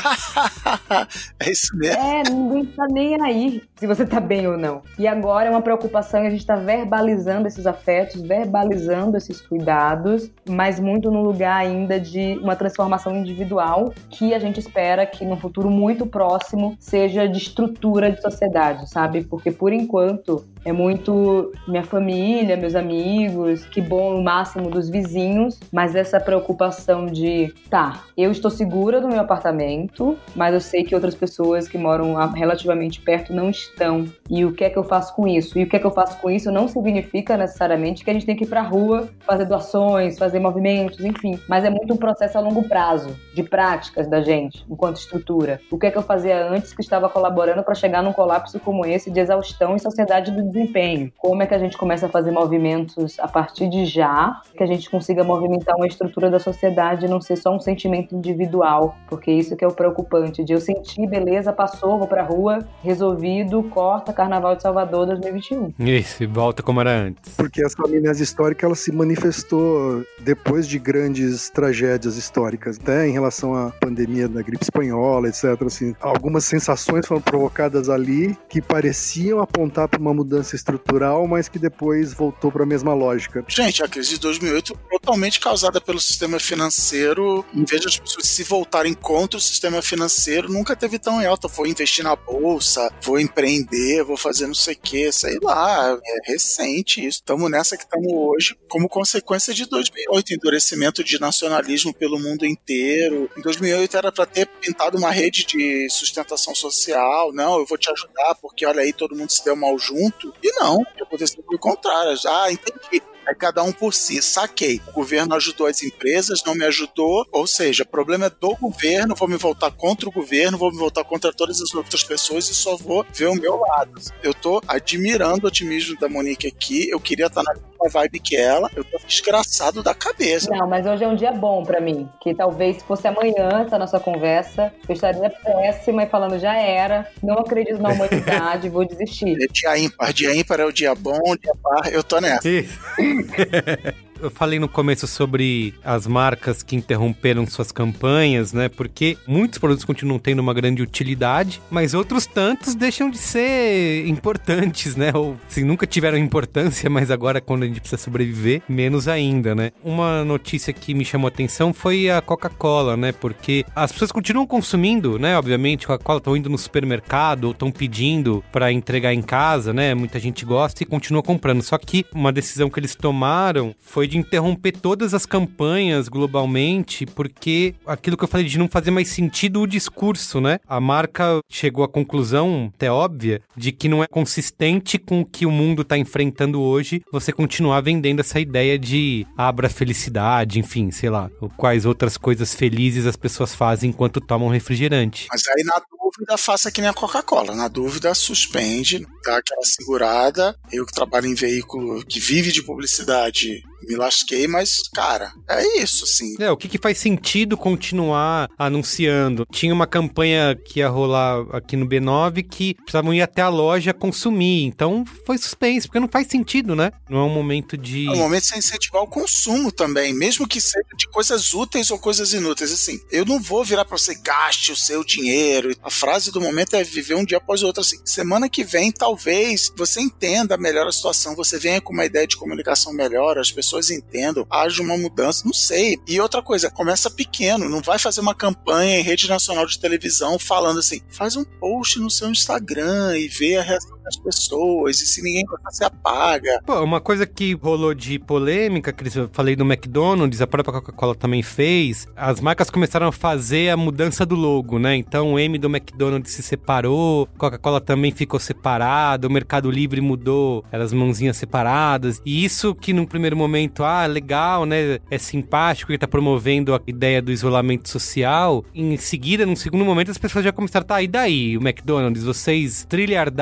É isso mesmo. Ninguém tá nem aí se você tá bem ou não. E agora é uma preocupação e a gente tá verbalizando esses afetos, verbalizando esses cuidados, mas muito no lugar ainda de uma transformação individual que a gente espera que no futuro muito próximo seja de estrutura de sociedade, sabe? Porque por enquanto é muito minha família, meus amigos, que bom o máximo dos vizinhos, mas essa preocupação de, eu estou segura do meu apartamento, mas eu sei que outras pessoas que moram relativamente perto não estão. E o que é que eu faço com isso? E o que é que eu faço com isso não significa necessariamente que a gente tem que ir pra rua, fazer doações, fazer movimentos, enfim. Mas é muito um processo a longo prazo, de práticas da gente, enquanto estrutura. O que é que eu fazia antes que estava colaborando para chegar num colapso como esse de exaustão e sociedade do desempenho? Como é que a gente começa a fazer movimentos a partir de já, que a gente consiga movimentar uma estrutura da sociedade e não ser só um sentimento individual, porque isso que é o preocupante, de eu sentir, beleza, passou, vou pra rua, resolvido, corta, Carnaval de Salvador 2021. Isso, e volta como era antes. Porque essa amnésia histórica, ela se manifestou depois de grandes tragédias históricas, até em relação à pandemia da gripe espanhola, etc. Assim, algumas sensações foram provocadas ali que pareciam apontar para uma mudança estrutural, mas que depois voltou para a mesma lógica. Gente, a crise de 2008 totalmente causada pelo sistema financeiro. Em vez de as pessoas se voltarem contra o sistema financeiro, nunca teve tão em alta. Vou investir na bolsa, vou empreender, vou fazer não sei o que, sei lá. É recente isso. Estamos nessa que estamos hoje como consequência de 2008, endurecimento de nacionalismo pelo mundo inteiro. Em 2008 era para ter pintado uma rede de sustentação social. Não, eu vou te ajudar porque olha aí, todo mundo se deu mal junto. E não, o que aconteceu foi o contrário. Entendi. É cada um por si, saquei. O governo ajudou as empresas, não me ajudou, ou seja, o problema é do governo, vou me voltar contra o governo, vou me voltar contra todas as outras pessoas e só vou ver o meu lado. Eu tô admirando o otimismo da Monique aqui, eu queria estar na mesma vibe que ela, eu tô desgraçado da cabeça. Não, mas hoje é um dia bom pra mim, que talvez se fosse amanhã essa nossa conversa, eu estaria péssima e falando já era, não acredito na humanidade, vou desistir. É dia ímpar é o dia bom, dia par, eu tô nessa. Eu falei no começo sobre as marcas que interromperam suas campanhas, né? Porque muitos produtos continuam tendo uma grande utilidade, mas outros tantos deixam de ser importantes, né? Ou assim, nunca tiveram importância, mas agora quando a gente precisa sobreviver, menos ainda, né? Uma notícia que me chamou a atenção foi a Coca-Cola, né? Porque as pessoas continuam consumindo, né? Obviamente, Coca-Cola estão indo no supermercado ou estão pedindo para entregar em casa, né? Muita gente gosta e continua comprando. Só que uma decisão que eles tomaram foi de interromper todas as campanhas globalmente, porque aquilo que eu falei de não fazer mais sentido o discurso, né? A marca chegou à conclusão, até óbvia, de que não é consistente com o que o mundo tá enfrentando hoje, você continuar vendendo essa ideia de abra felicidade, enfim, sei lá, quais outras coisas felizes as pessoas fazem enquanto tomam refrigerante. Mas aí na dúvida faça que nem a Coca-Cola, na dúvida suspende, dá aquela segurada. Eu que trabalho em veículo que vive de publicidade, me lasquei, mas, cara, é isso, assim. O que faz sentido continuar anunciando? Tinha uma campanha que ia rolar aqui no B9 que precisavam ir até a loja consumir, então foi suspenso, porque não faz sentido, né? Não é um momento de... É um momento de você incentivar o consumo também, mesmo que seja de coisas úteis ou coisas inúteis, assim. Eu não vou virar pra você, gaste o seu dinheiro. A frase do momento é viver um dia após o outro, assim. Semana que vem, talvez, você entenda melhor a situação, você venha com uma ideia de comunicação melhor, as pessoas entendam, haja uma mudança, não sei. E outra coisa, começa pequeno, não vai fazer uma campanha em rede nacional de televisão falando assim, faz um post no seu Instagram e vê a reação das pessoas, e se ninguém gostar, você apaga. Pô, uma coisa que rolou de polêmica, que eu falei do McDonald's, a própria Coca-Cola também fez, as marcas começaram a fazer a mudança do logo, né? Então o M do McDonald's se separou, Coca-Cola também ficou separada, o Mercado Livre mudou, as mãozinhas separadas, e isso que num primeiro momento, legal, né? É simpático, ele tá promovendo a ideia do isolamento social, em seguida, num segundo momento, as pessoas já começaram, e daí, o McDonald's, vocês trilhardários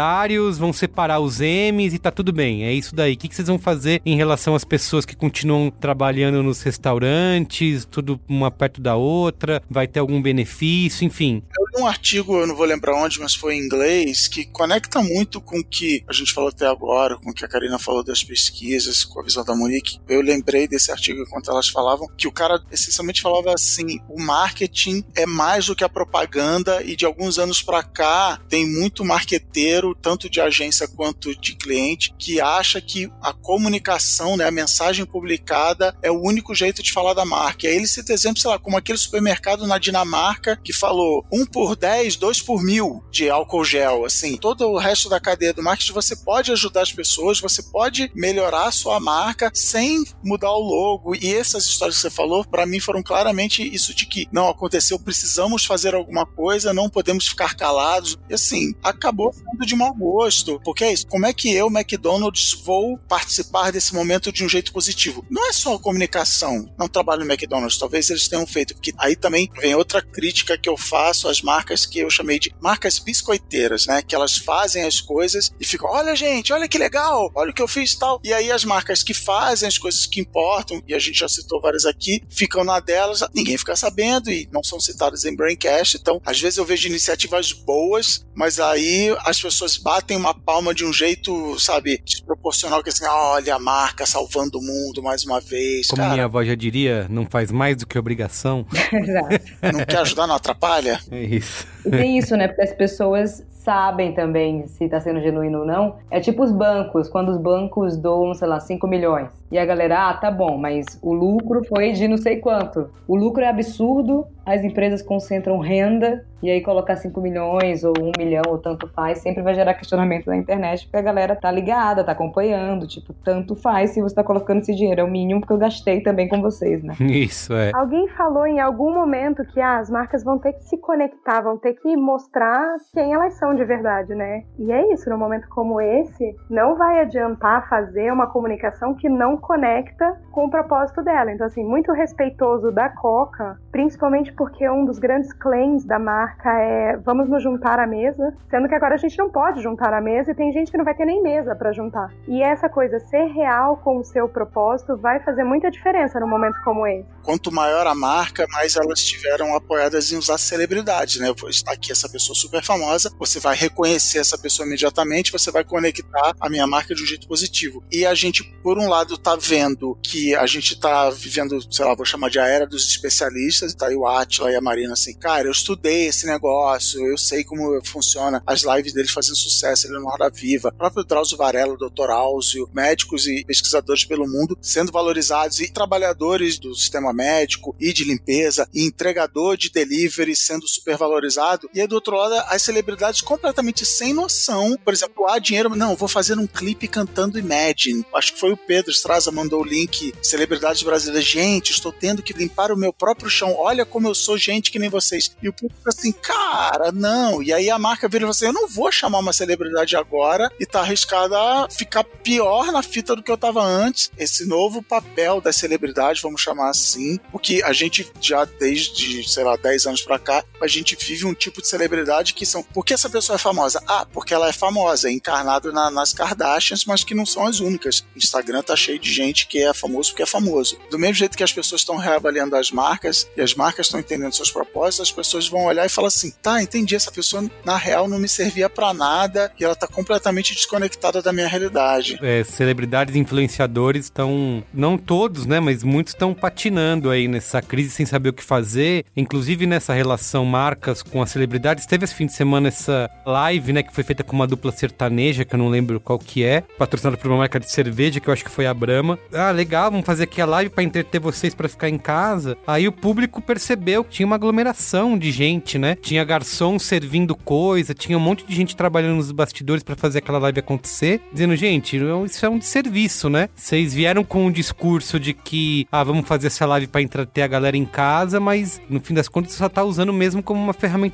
Unidos, vão separar os M's e tá tudo bem, é isso daí. O que vocês vão fazer em relação às pessoas que continuam trabalhando nos restaurantes, tudo uma perto da outra, vai ter algum benefício, enfim? Eu li um artigo, eu não vou lembrar onde, mas foi em inglês, que conecta muito com o que a gente falou até agora, com o que a Karina falou das pesquisas, com a visão da Monique. Eu lembrei desse artigo enquanto elas falavam, que o cara essencialmente falava assim, o marketing é mais do que a propaganda, e de alguns anos pra cá tem muito marqueteiro, tanto de agência quanto de cliente, que acha que a comunicação, né, a mensagem publicada é o único jeito de falar da marca. E aí ele cita exemplo, sei lá, como aquele supermercado na Dinamarca que falou 1 por 10, 2 por 1000 de álcool gel, assim. Todo o resto da cadeia do marketing, você pode ajudar as pessoas, você pode melhorar a sua marca sem mudar o logo. E essas histórias que você falou, pra mim foram claramente isso de que não aconteceu, precisamos fazer alguma coisa, não podemos ficar calados. E assim, acabou sendo de mau gosto. Porque é isso, como é que eu, McDonald's, vou participar desse momento de um jeito positivo? Não é só a comunicação, não trabalho no McDonald's, talvez eles tenham feito, porque aí também vem outra crítica que eu faço às marcas que eu chamei de marcas biscoiteiras, né? Que elas fazem as coisas e ficam, olha gente, olha que legal, olha o que eu fiz e tal. E aí as marcas que fazem as coisas que importam, e a gente já citou várias aqui, ficam na delas, ninguém fica sabendo e não são citadas em Braincast. Então, às vezes eu vejo iniciativas boas, mas aí as pessoas batem uma palma de um jeito, sabe, desproporcional, que assim, olha a marca salvando o mundo mais uma vez. Como minha avó já diria, não faz mais do que obrigação. Exato. Não quer ajudar, não atrapalha? É isso. E tem isso, né? Porque as pessoas sabem também se tá sendo genuíno ou não. É tipo os bancos, quando os bancos doam, sei lá, 5 milhões. E a galera, tá bom, mas o lucro foi de não sei quanto. O lucro é absurdo, as empresas concentram renda, e aí colocar 5 milhões ou 1 milhão ou tanto faz, sempre vai gerar questionamento na internet, porque a galera tá ligada, tá acompanhando, tipo, tanto faz se você tá colocando esse dinheiro, é o mínimo que eu gastei também com vocês, né? Isso, é. Alguém falou em algum momento que as marcas vão ter que se conectar, vão ter que mostrar quem elas são de verdade, né? E é isso, num momento como esse, não vai adiantar fazer uma comunicação que não conecta com o propósito dela. Então, assim, muito respeitoso da Coca, principalmente porque um dos grandes claims da marca é vamos nos juntar à mesa, sendo que agora a gente não pode juntar à mesa e tem gente que não vai ter nem mesa pra juntar. E essa coisa ser real com o seu propósito vai fazer muita diferença num momento como esse. Quanto maior a marca, mais elas estiveram apoiadas em usar celebridades, né? Está aqui essa pessoa super famosa, você vai reconhecer essa pessoa imediatamente, você vai conectar a minha marca de um jeito positivo. E a gente, por um lado, tá vendo que a gente tá vivendo, sei lá, vou chamar de a era dos especialistas, tá aí o Átila e a Marina assim, cara, eu estudei esse negócio, eu sei como funciona, as lives deles fazendo sucesso, ele no Roda Viva, o próprio Drauzio Varela, o Dr. Áuzio, médicos e pesquisadores pelo mundo sendo valorizados, e trabalhadores do sistema médico e de limpeza, e entregador de delivery sendo super valorizado, e aí do outro lado as celebridades completamente sem noção, por exemplo, há dinheiro, não, vou fazer um clipe cantando Imagine, acho que foi o Pedro Straza, mandou o link, celebridades brasileiras, gente, estou tendo que limpar o meu próprio chão, olha como eu sou gente que nem vocês, e o público assim, cara, não, e aí a marca vira e fala assim, eu não vou chamar uma celebridade agora e tá arriscada a ficar pior na fita do que eu tava antes, esse novo papel das celebridades, vamos chamar assim, porque a gente já desde, sei lá, 10 anos pra cá, a gente vive um tipo de celebridade que são, por que essa pessoa é famosa? Ah, porque ela é famosa, é encarnado nas Kardashians, mas que não são as únicas. O Instagram tá cheio de gente que é famoso porque é famoso. Do mesmo jeito que as pessoas estão reavaliando as marcas, e as marcas estão entendendo seus propósitos, as pessoas vão olhar e falar assim, tá, entendi, essa pessoa na real não me servia pra nada, e ela tá completamente desconectada da minha realidade. Celebridades e influenciadores estão, não todos, né, mas muitos estão patinando aí nessa crise sem saber o que fazer, inclusive nessa relação marcas com as celebridades. Teve esse fim de semana essa live, né, que foi feita com uma dupla sertaneja, que eu não lembro qual que é, patrocinada por uma marca de cerveja, que eu acho que foi a Brahma. Ah, legal, vamos fazer aqui a live pra entreter vocês pra ficar em casa. Aí o público percebeu que tinha uma aglomeração de gente, né, tinha garçom servindo coisa, tinha um monte de gente trabalhando nos bastidores pra fazer aquela live acontecer, dizendo, gente, isso é um desserviço, né? Vocês vieram com um discurso de que, vamos fazer essa live pra entreter a galera em casa, mas no fim das contas só tá usando mesmo como uma ferramenta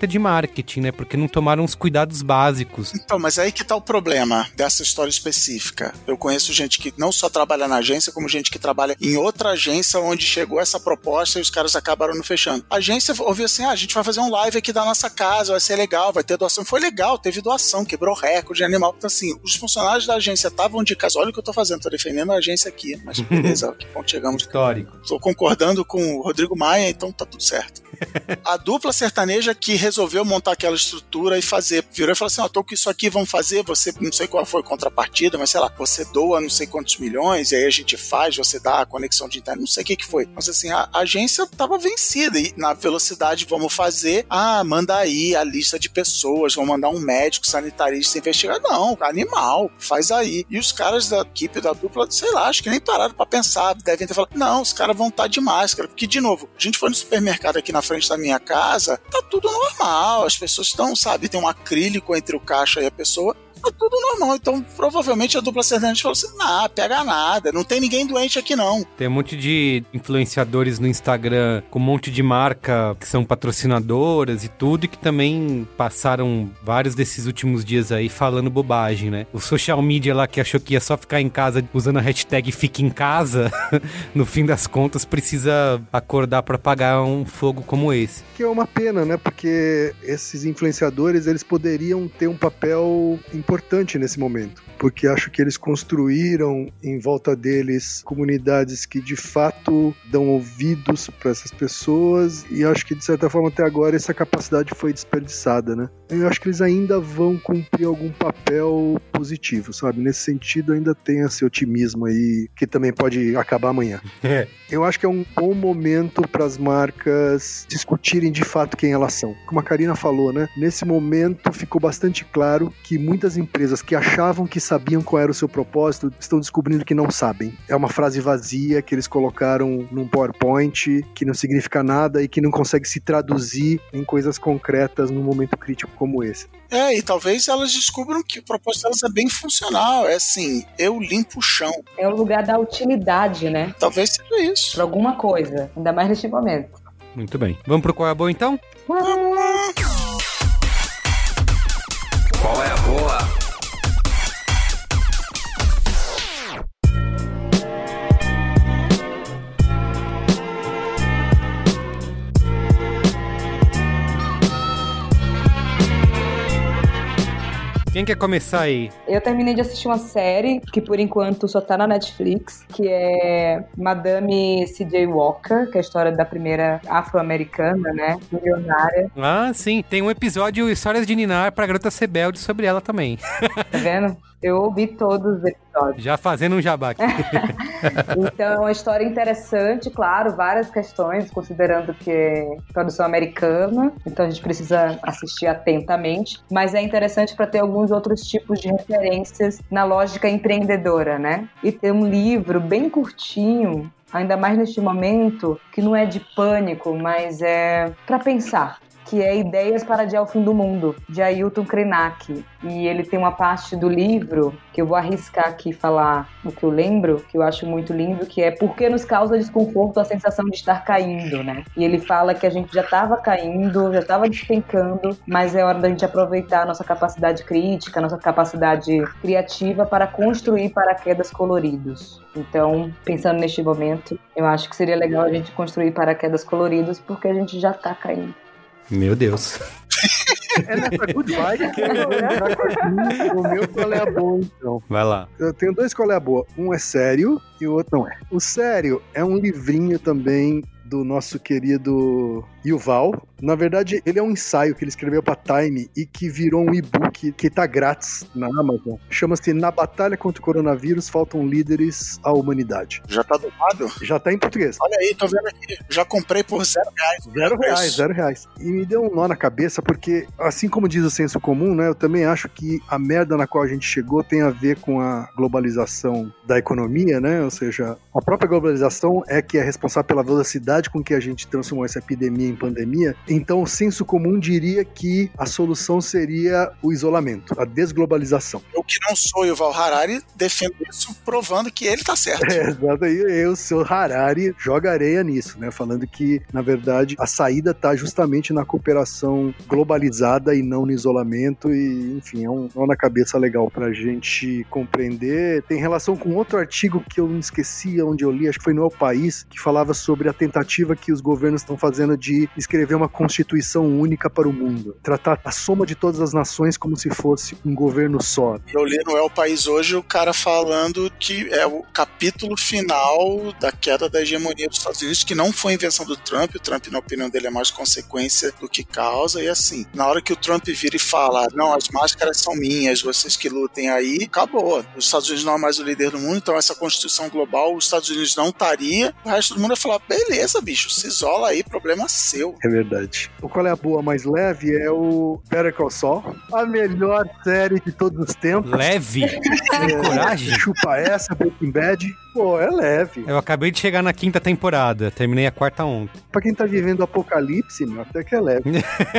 falta de marketing, né? Porque não tomaram os cuidados básicos. Então, mas aí que tá o problema dessa história específica. Eu conheço gente que não só trabalha na agência, como gente que trabalha em outra agência onde chegou essa proposta e os caras acabaram não fechando. A agência ouviu assim, a gente vai fazer um live aqui da nossa casa, vai ser legal, vai ter doação. Foi legal, teve doação, quebrou recorde de animal. Então assim, os funcionários da agência estavam de casa, olha o que eu tô fazendo, tô defendendo a agência aqui, mas beleza, que ponto chegamos. Histórico. Tô concordando com o Rodrigo Maia, então tá tudo certo. A dupla sertaneja que resolveu montar aquela estrutura e fazer, virou e falou assim, tô com isso aqui, vamos fazer, você, não sei qual foi a contrapartida, mas sei lá, você doa não sei quantos milhões, e aí a gente faz, você dá a conexão de internet, não sei o que foi. Mas assim, a agência tava vencida, e na velocidade vamos fazer, manda aí a lista de pessoas, vamos mandar um médico sanitarista investigar. Não, animal, faz aí. E os caras da equipe da dupla, sei lá, acho que nem pararam pra pensar, devem ter falado, não, os caras vão estar de máscara, porque de novo, a gente foi no supermercado aqui na frente da minha casa, tá tudo normal, as pessoas estão, sabe, tem um acrílico entre o caixa e a pessoa, tá tudo normal. Então, provavelmente a dupla sertaneja falou assim, pega nada, não tem ninguém doente aqui não. Tem um monte de influenciadores no Instagram com um monte de marca que são patrocinadoras e tudo, e que também passaram vários desses últimos dias aí falando bobagem, né? O social media lá que achou que ia só ficar em casa usando a hashtag Fique em Casa, no fim das contas precisa acordar pra apagar um fogo como esse. Que é uma pena, né? Porque esses influenciadores, eles poderiam ter um papel importante nesse momento, porque acho que eles construíram em volta deles comunidades que de fato dão ouvidos para essas pessoas, e acho que de certa forma até agora essa capacidade foi desperdiçada, né? Eu acho que eles ainda vão cumprir algum papel positivo, sabe? Nesse sentido ainda tem esse otimismo aí, que também pode acabar amanhã. Eu acho que é um bom momento para as marcas discutirem de fato quem elas são. Como a Karina falou, né? Nesse momento ficou bastante claro que muitas empresas que achavam que sabiam qual era o seu propósito estão descobrindo que não sabem. É uma frase vazia que eles colocaram num PowerPoint, que não significa nada e que não consegue se traduzir em coisas concretas num momento crítico como esse. E talvez elas descubram que o propósito delas é bem funcional. É assim, eu limpo o chão. É o lugar da utilidade, né? Talvez seja isso. Pra alguma coisa, ainda mais neste momento. Muito bem. Vamos pro Qual é a Boa, então? Vamos lá. Qual é a boa? Quem quer começar aí? Eu terminei de assistir uma série que por enquanto só tá na Netflix, que é Madame C.J. Walker, que é a história da primeira afro-americana, né, milionária. Ah, sim. Tem um episódio Histórias de Ninar pra Garotas Rebeldes sobre ela também. Tá vendo? Eu ouvi todos os episódios. Já fazendo um jabá aqui. Então, é uma história interessante, claro, várias questões, considerando que é produção americana, então a gente precisa assistir atentamente, mas é interessante para ter alguns outros tipos de referências na lógica empreendedora, né? E tem um livro bem curtinho, ainda mais neste momento, que não é de pânico, mas é para pensar, que é Ideias para Adiar o Fim do Mundo, de Ailton Krenak. E ele tem uma parte do livro, que eu vou arriscar aqui falar o que eu lembro, que eu acho muito lindo, que é Por que nos causa desconforto a sensação de estar caindo, né? E ele fala que a gente já estava caindo, já estava despencando, mas é hora da gente aproveitar a nossa capacidade crítica, a nossa capacidade criativa para construir paraquedas coloridos. Então, pensando neste momento, eu acho que seria legal a gente construir paraquedas coloridos, porque a gente já está caindo. Meu Deus. É nessa good vibe que eu vou entrar com o meu qual é a boa, então. Vai lá. Eu tenho dois qual é a boa. Um é sério e o outro não é. O sério é um livrinho também do nosso querido Yuval. Na verdade, ele é um ensaio que ele escreveu pra Time e que virou um e-book que tá grátis na Amazon. Chama-se Na Batalha contra o Coronavírus Faltam Líderes à Humanidade. Já tá dublado? Já tá em português. Olha aí, tô vendo aqui. Já comprei por R$0. R$0. E me deu um nó na cabeça porque, assim como diz o senso comum, né, eu também acho que a merda na qual a gente chegou tem a ver com a globalização da economia, né? Ou seja, a própria globalização é que é responsável pela velocidade com que a gente transformou essa epidemia em pandemia. Então, o senso comum diria que a solução seria o isolamento, a desglobalização. Eu que não sou Yuval Harari, defendo isso provando que ele tá certo. Exato, e o seu Harari joga areia nisso, né? Falando que, na verdade, a saída tá justamente na cooperação globalizada e não no isolamento, e, enfim, é um nó na cabeça legal pra gente compreender. Tem relação com outro artigo que eu não esqueci onde eu li, acho que foi no El País, que falava sobre a tentativa que os governos estão fazendo de escrever uma constituição única para o mundo. Tratar a soma de todas as nações como se fosse um governo só. Eu li no El País hoje o cara falando que é o capítulo final da queda da hegemonia dos Estados Unidos, que não foi invenção do Trump. O Trump, na opinião dele, é mais consequência do que causa. E assim, na hora que o Trump vira e fala, não, as máscaras são minhas, vocês que lutem aí, acabou. Os Estados Unidos não é mais o líder do mundo, então essa constituição global, os Estados Unidos não estaria, o resto do mundo vai falar, beleza, bicho, se isola aí, problema seu. É verdade. O qual é a boa mais leve é o Better Call Saul, a melhor série de todos os tempos. Leve? Sem coragem? Chupa essa, Breaking Bad. Pô, é leve. Eu acabei de chegar na 5ª temporada, terminei a 4ª ontem. Pra quem tá vivendo o apocalipse, meu, até que é leve.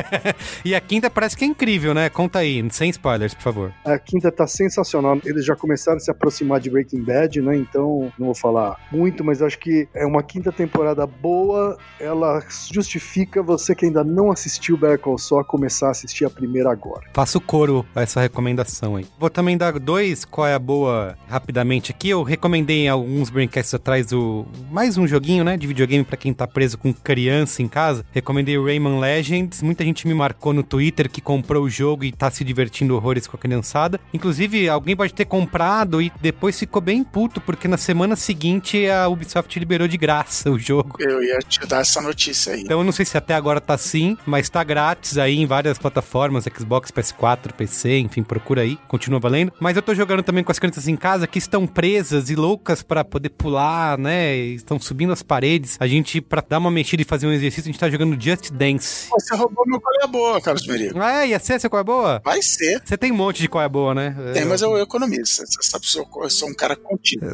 E a 5ª parece que é incrível, né? Conta aí, sem spoilers, por favor. A 5ª tá sensacional. Eles já começaram a se aproximar de Breaking Bad, né? Então, não vou falar muito, mas acho que é uma 5ª temporada boa. Ela justifica você que ainda não assistiu Better Call Saul começar a assistir a primeira agora. Faço coro a essa recomendação aí. Vou também dar 2 qual é a boa rapidamente aqui. Eu recomendei em alguns braincasts atrás mais um joguinho, né, de videogame pra quem tá preso com criança em casa. Recomendei o Rayman Legends. Muita gente me marcou no Twitter que comprou o jogo e tá se divertindo horrores com a criançada. Inclusive, alguém pode ter comprado e depois ficou bem puto, porque na semana seguinte a Ubisoft liberou de graça o jogo. Eu ia te dar essa notícia aí. Então eu não sei se até agora tá assim, mas tá grátis aí em várias plataformas, Xbox, PS4, PC, enfim, procura aí, continua valendo. Mas eu tô jogando também com as crianças em casa que estão presas e loucas pra poder pular, né, estão subindo as paredes. A gente, pra dar uma mexida e fazer um exercício, a gente tá jogando Just Dance. Você roubou meu qual é boa, Carlos Merigo. Ah, ia ser essa qual é boa? Vai ser. Você tem um monte de qual é boa, né? Tem, mas eu economizo. Você sabe que eu sou um cara contínuo.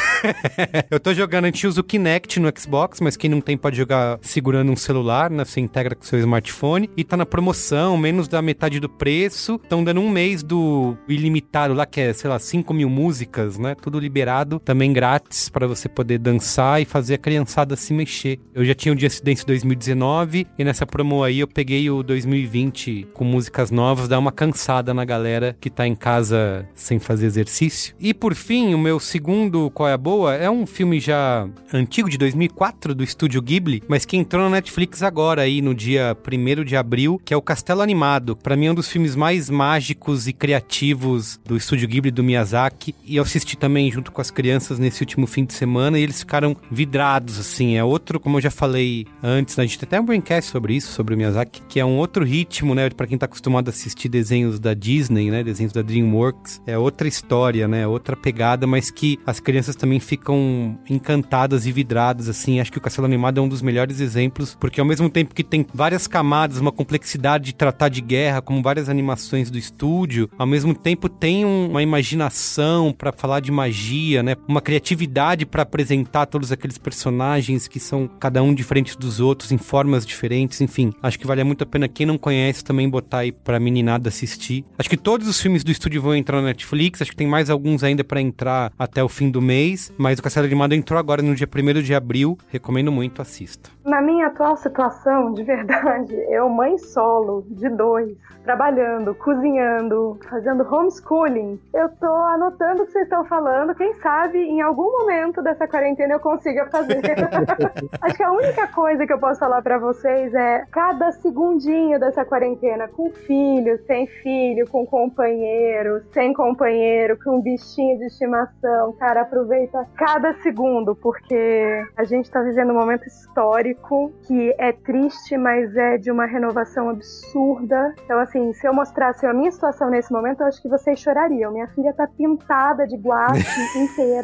Eu tô jogando, a gente usa o Kinect no Xbox, mas quem não tem pode jogar segurando um celular, né? Você integra com o seu smartphone. E tá na promoção, menos da metade do preço. Estão dando um mês do ilimitado lá, que é, sei lá, 5.000 músicas, né? Tudo liberado, também grátis, pra você poder dançar e fazer a criançada se mexer. Eu já tinha o Just Dance 2019 e nessa promo aí eu peguei o 2020 com músicas novas, dá uma cansada na galera que tá em casa sem fazer exercício. E por fim, o meu segundo qual é a boa é um filme já antigo, de 2004, do estúdio Ghibli, mas que entrou na Netflix agora aí no dia 1º de abril, que é o Castelo Animado. Pra mim é um dos filmes mais mágicos e criativos do estúdio Ghibli, do Miyazaki, e eu assisti também junto com as crianças nesse último fim de semana e eles ficaram vidrados, assim. É outro, como eu já falei antes, né? A gente tem até um braincast sobre isso, sobre o Miyazaki, que é um outro ritmo, né? Pra quem tá acostumado a assistir desenhos da Disney, né? Desenhos da DreamWorks. É outra história, né? Outra pegada, mas que as crianças também ficam encantadas e vidradas, assim. Acho que o Castelo Animado é um dos melhores exemplos, porque ao mesmo tempo que tem várias camadas, uma complexidade de tratar de guerra, como várias animações do estúdio, ao mesmo tempo tem uma imaginação pra falar de magia, né? Uma criatividade pra apresentar todos aqueles personagens que são cada um diferente dos outros, em formas diferentes, enfim. Acho que vale muito a pena quem não conhece também botar aí pra meninada assistir. Acho que todos os filmes do estúdio vão entrar na Netflix, acho que tem mais alguns ainda pra entrar até o fim do mês, mas o Castelo Animado entrou agora no dia 1º de abril, recomendo muito, assista. Na minha atual situação, de verdade, eu mãe solo, de 2, trabalhando, cozinhando, fazendo homeschooling, eu tô anotando o que vocês estão falando, quem sabe em algum momento dessa quarentena eu consiga fazer. Acho que a única coisa que eu posso falar pra vocês é cada segundinho dessa quarentena, com filho, sem filho, com companheiro, sem companheiro, com bichinho de estimação, cara, aproveita cada segundo, porque a gente tá vivendo um momento histórico que é triste, mas é de uma renovação absurda. Então, assim, se eu mostrasse a minha situação nesse momento, eu acho que vocês chorariam. Minha filha tá pintada de guache inteira.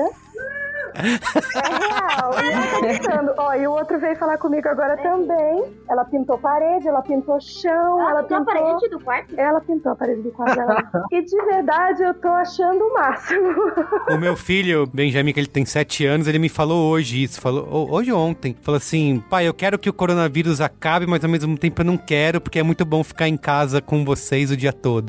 É real. E ela tá pintando. Ó, e o outro veio falar comigo agora também. Ela pintou parede, ela pintou chão. Ela pintou a parede do quarto? Ela pintou a parede do quarto dela. E de verdade, eu tô achando o máximo. O meu filho, Benjamin, que ele tem 7 anos, ele me falou hoje isso. Falou, hoje ou ontem. Falou assim, pai, eu quero que o coronavírus acabe, mas ao mesmo tempo eu não quero, porque é muito bom ficar em casa com vocês o dia todo. É muito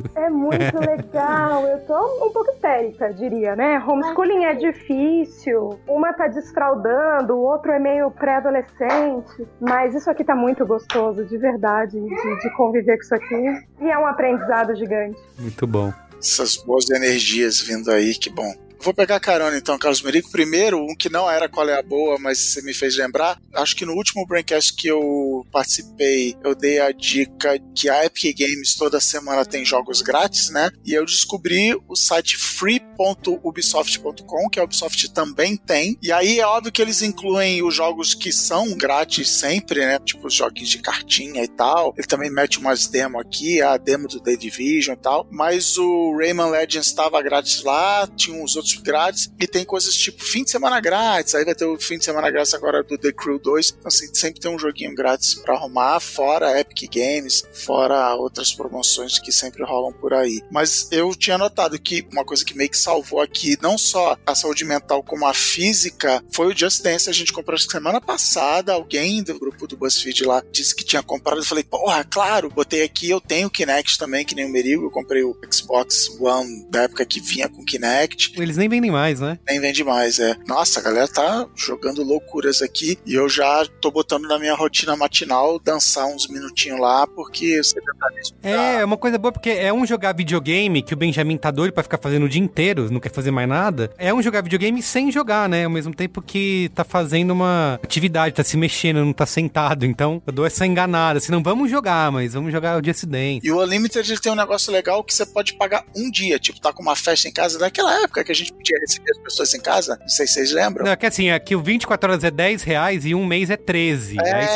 muito legal. Eu tô um pouco histérica, diria, né? Homeschooling é difícil. Uma tá desfraudando, o outro é meio pré-adolescente. Mas isso aqui tá muito gostoso, de verdade, de conviver com isso aqui. E é um aprendizado gigante. Muito bom. Essas boas energias vindo aí, que bom. Vou pegar carona então, Carlos Merigo. Primeiro, um que não era Qual é a Boa, mas você me fez lembrar. Acho que no último Braincast que eu participei, eu dei a dica que a Epic Games toda semana tem jogos grátis, né? E eu descobri o site free.ubisoft.com, que a Ubisoft também tem. E aí é óbvio que eles incluem os jogos que são grátis sempre, né? Tipo os joguinhos de cartinha e tal. Ele também mete umas demos aqui, a demo do The Division e tal. Mas o Rayman Legends estava grátis lá, tinha uns outros grátis, e tem coisas tipo fim de semana grátis, aí vai ter o fim de semana grátis agora do The Crew 2, então assim, sempre tem um joguinho grátis pra arrumar, fora Epic Games, fora outras promoções que sempre rolam por aí. Mas eu tinha notado que uma coisa que meio que salvou aqui, não só a saúde mental como a física, foi o Just Dance. A gente comprou semana passada, alguém do grupo do BuzzFeed lá disse que tinha comprado, eu falei, porra, claro, botei aqui, eu tenho o Kinect também, que nem o Merigo, eu comprei o Xbox One da época que vinha com Kinect. Eles nem vendem mais, né? Nem vende mais, é. Nossa, a galera tá jogando loucuras aqui e eu já tô botando na minha rotina matinal dançar uns minutinhos lá, porque você tá nisso. É uma coisa boa, porque é um jogar videogame que o Benjamin tá doido pra ficar fazendo o dia inteiro, não quer fazer mais nada. É um jogar videogame sem jogar, né? Ao mesmo tempo que tá fazendo uma atividade, tá se mexendo, não tá sentado. Então, eu dou essa enganada. Assim, não vamos jogar, mas vamos jogar o Just Dance. E o Unlimited, ele tem um negócio legal que você pode pagar um dia. Tipo, tá com uma festa em casa, daquela época que a gente podia receber as pessoas em casa. Não sei se vocês lembram. Não, é que assim, aqui o 24 horas é R$10 e um mês é 13.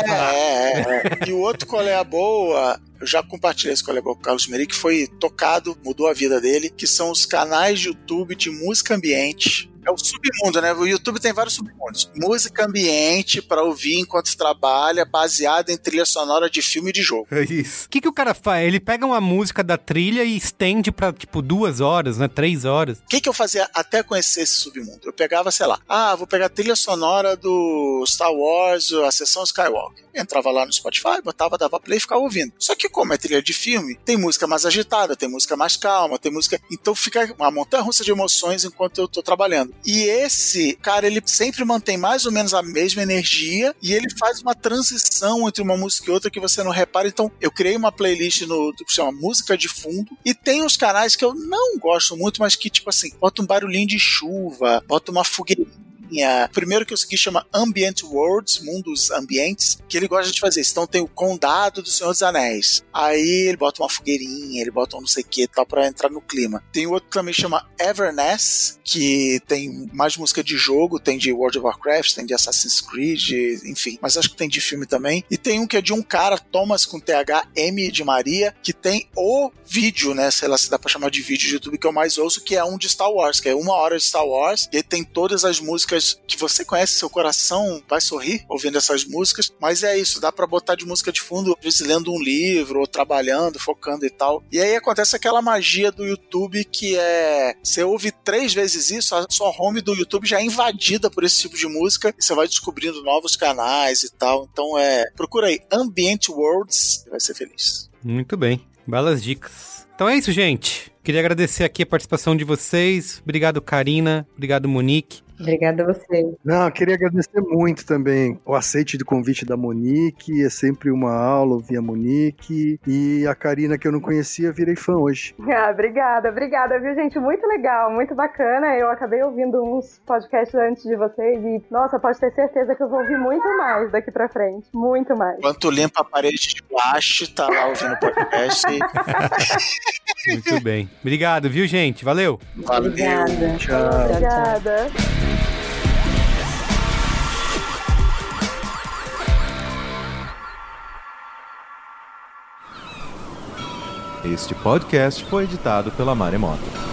E o outro Qual é a Boa... Eu já compartilhei esse colega com o Carlos Meri, que foi tocado, mudou a vida dele, que são os canais de YouTube de música ambiente. É o submundo, né? O YouTube tem vários submundos. Música ambiente pra ouvir enquanto trabalha, baseada em trilha sonora de filme e de jogo. É isso. O que o cara faz? Ele pega uma música da trilha e estende pra, tipo, 2 horas, né? 3 horas. O que eu fazia até conhecer esse submundo? Eu pegava, sei lá, vou pegar a trilha sonora do Star Wars, a sessão Skywalker. Entrava lá no Spotify, botava, dava play e ficava ouvindo. Só que como é trilha de filme, tem música mais agitada, tem música mais calma, tem música... Então fica uma montanha-russa de emoções enquanto eu tô trabalhando. E esse cara, ele sempre mantém mais ou menos a mesma energia e ele faz uma transição entre uma música e outra que você não repara. Então, eu criei uma playlist que chama Música de Fundo e tem uns canais que eu não gosto muito, mas que, tipo assim, bota um barulhinho de chuva, bota uma fogueirinha. O primeiro que eu segui chama Ambient Worlds, Mundos Ambientes, que ele gosta de fazer isso. Então tem o Condado do Senhor dos Anéis. Aí ele bota uma fogueirinha, ele bota um não sei o que tal pra entrar no clima. Tem outro que também chama Everness, que tem mais música de jogo, tem de World of Warcraft, tem de Assassin's Creed, enfim. Mas acho que tem de filme também. E tem um que é de um cara, Thomas com TH, M de Maria, que tem o vídeo, né? Sei lá se dá pra chamar de vídeo de YouTube, que eu mais ouço, que é um de Star Wars, que é 1 hora de Star Wars. E ele tem todas as músicas que você conhece, seu coração vai sorrir ouvindo essas músicas, mas é isso, dá pra botar de música de fundo, às vezes lendo um livro, ou trabalhando, focando e tal. E aí acontece aquela magia do YouTube que é, você ouve 3 vezes isso, a sua home do YouTube já é invadida por esse tipo de música, e você vai descobrindo novos canais e tal. Então procura aí, Ambient Worlds, vai ser feliz. Muito bem, belas dicas. Então é isso, gente. Queria agradecer aqui a participação de vocês. Obrigado, Karina. Obrigado, Monique. Obrigada a você. Não, eu queria agradecer muito também o aceite do convite da Monique, é sempre uma aula ouvir a Monique, e a Karina, que eu não conhecia, virei fã hoje. Obrigada, viu, gente? Muito legal, muito bacana. Eu acabei ouvindo uns podcasts antes de vocês e, nossa, pode ter certeza que eu vou ouvir muito mais daqui pra frente, muito mais. Enquanto limpa a parede de baixo, tá lá ouvindo o podcast. Muito bem. Obrigado, viu, gente? Valeu. Valeu. Obrigada. Tchau. Obrigada. Este podcast foi editado pela Maremoto.